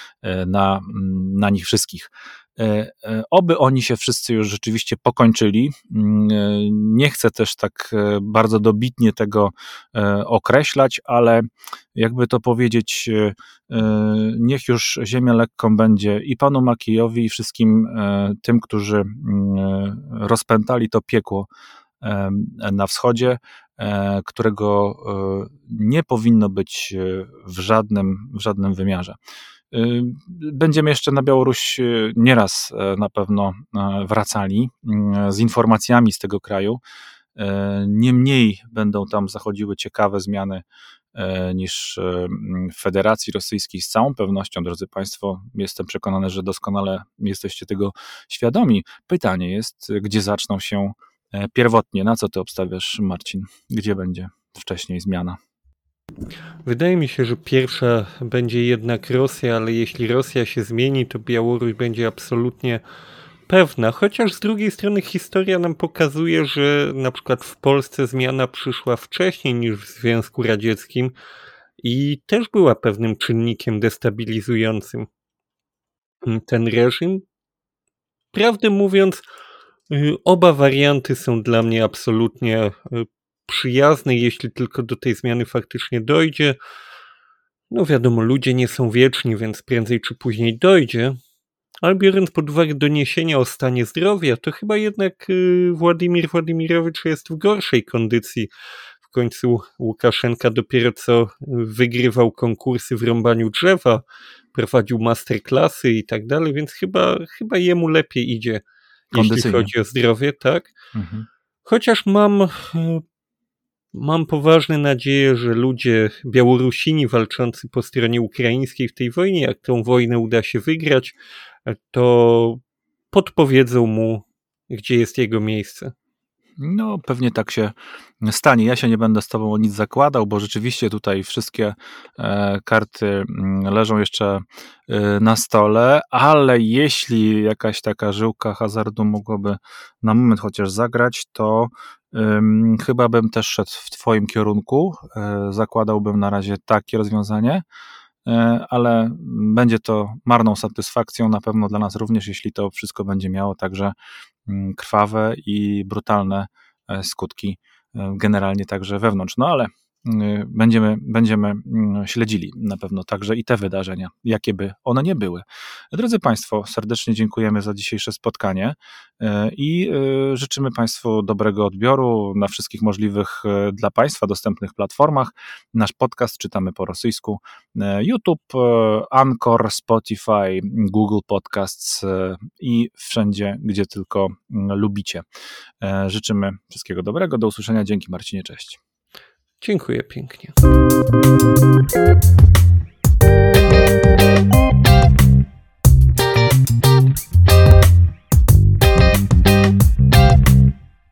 na nich wszystkich. Oby oni się wszyscy już rzeczywiście pokończyli. Nie chcę też tak bardzo dobitnie tego określać, ale jakby to powiedzieć, niech już ziemia lekką będzie i panu Makijowi, i wszystkim tym, którzy rozpętali to piekło na wschodzie, którego nie powinno być w żadnym wymiarze. Będziemy jeszcze na Białoruś nieraz na pewno wracali z informacjami z tego kraju. Niemniej będą tam zachodziły ciekawe zmiany niż w Federacji Rosyjskiej. Z całą pewnością, drodzy Państwo, jestem przekonany, że doskonale jesteście tego świadomi. Pytanie jest, gdzie zaczną się pierwotnie. Na co ty obstawiasz, Marcin? Gdzie będzie wcześniej zmiana? Wydaje mi się, że pierwsza będzie jednak Rosja, ale jeśli Rosja się zmieni, to Białoruś będzie absolutnie pewna. Chociaż z drugiej strony historia nam pokazuje, że na przykład w Polsce zmiana przyszła wcześniej niż w Związku Radzieckim i też była pewnym czynnikiem destabilizującym ten reżim. Prawdę mówiąc, oba warianty są dla mnie absolutnie przyjazne, jeśli tylko do tej zmiany faktycznie dojdzie. No wiadomo, ludzie nie są wieczni, więc prędzej czy później dojdzie, ale biorąc pod uwagę doniesienia o stanie zdrowia, to chyba jednak Władimir Władimirowicz jest w gorszej kondycji. W końcu Łukaszenka dopiero co wygrywał konkursy w rąbaniu drzewa, prowadził masterclassy i tak dalej, więc chyba jemu lepiej idzie, jeśli chodzi o zdrowie, tak? Mhm. Chociaż mam poważne nadzieję, że ludzie, Białorusini walczący po stronie ukraińskiej w tej wojnie, jak tą wojnę uda się wygrać, to podpowiedzą mu, gdzie jest jego miejsce. No, pewnie tak się stanie. Ja się nie będę z tobą o nic zakładał, bo rzeczywiście tutaj wszystkie karty leżą jeszcze na stole, ale jeśli jakaś taka żyłka hazardu mogłaby na moment chociaż zagrać, to chyba bym też szedł w twoim kierunku. Zakładałbym na razie takie rozwiązanie, ale będzie to marną satysfakcją na pewno dla nas również, jeśli to wszystko będzie miało także krwawe i brutalne skutki generalnie także wewnątrz. No ale będziemy śledzili na pewno także i te wydarzenia, jakie by one nie były. Drodzy Państwo, serdecznie dziękujemy za dzisiejsze spotkanie i życzymy Państwu dobrego odbioru na wszystkich możliwych dla Państwa dostępnych platformach. Nasz podcast Czytamy po rosyjsku, YouTube, Anchor, Spotify, Google Podcasts i wszędzie, gdzie tylko lubicie. Życzymy wszystkiego dobrego, do usłyszenia. Dzięki, Marcinie, cześć. Dziękuję pięknie.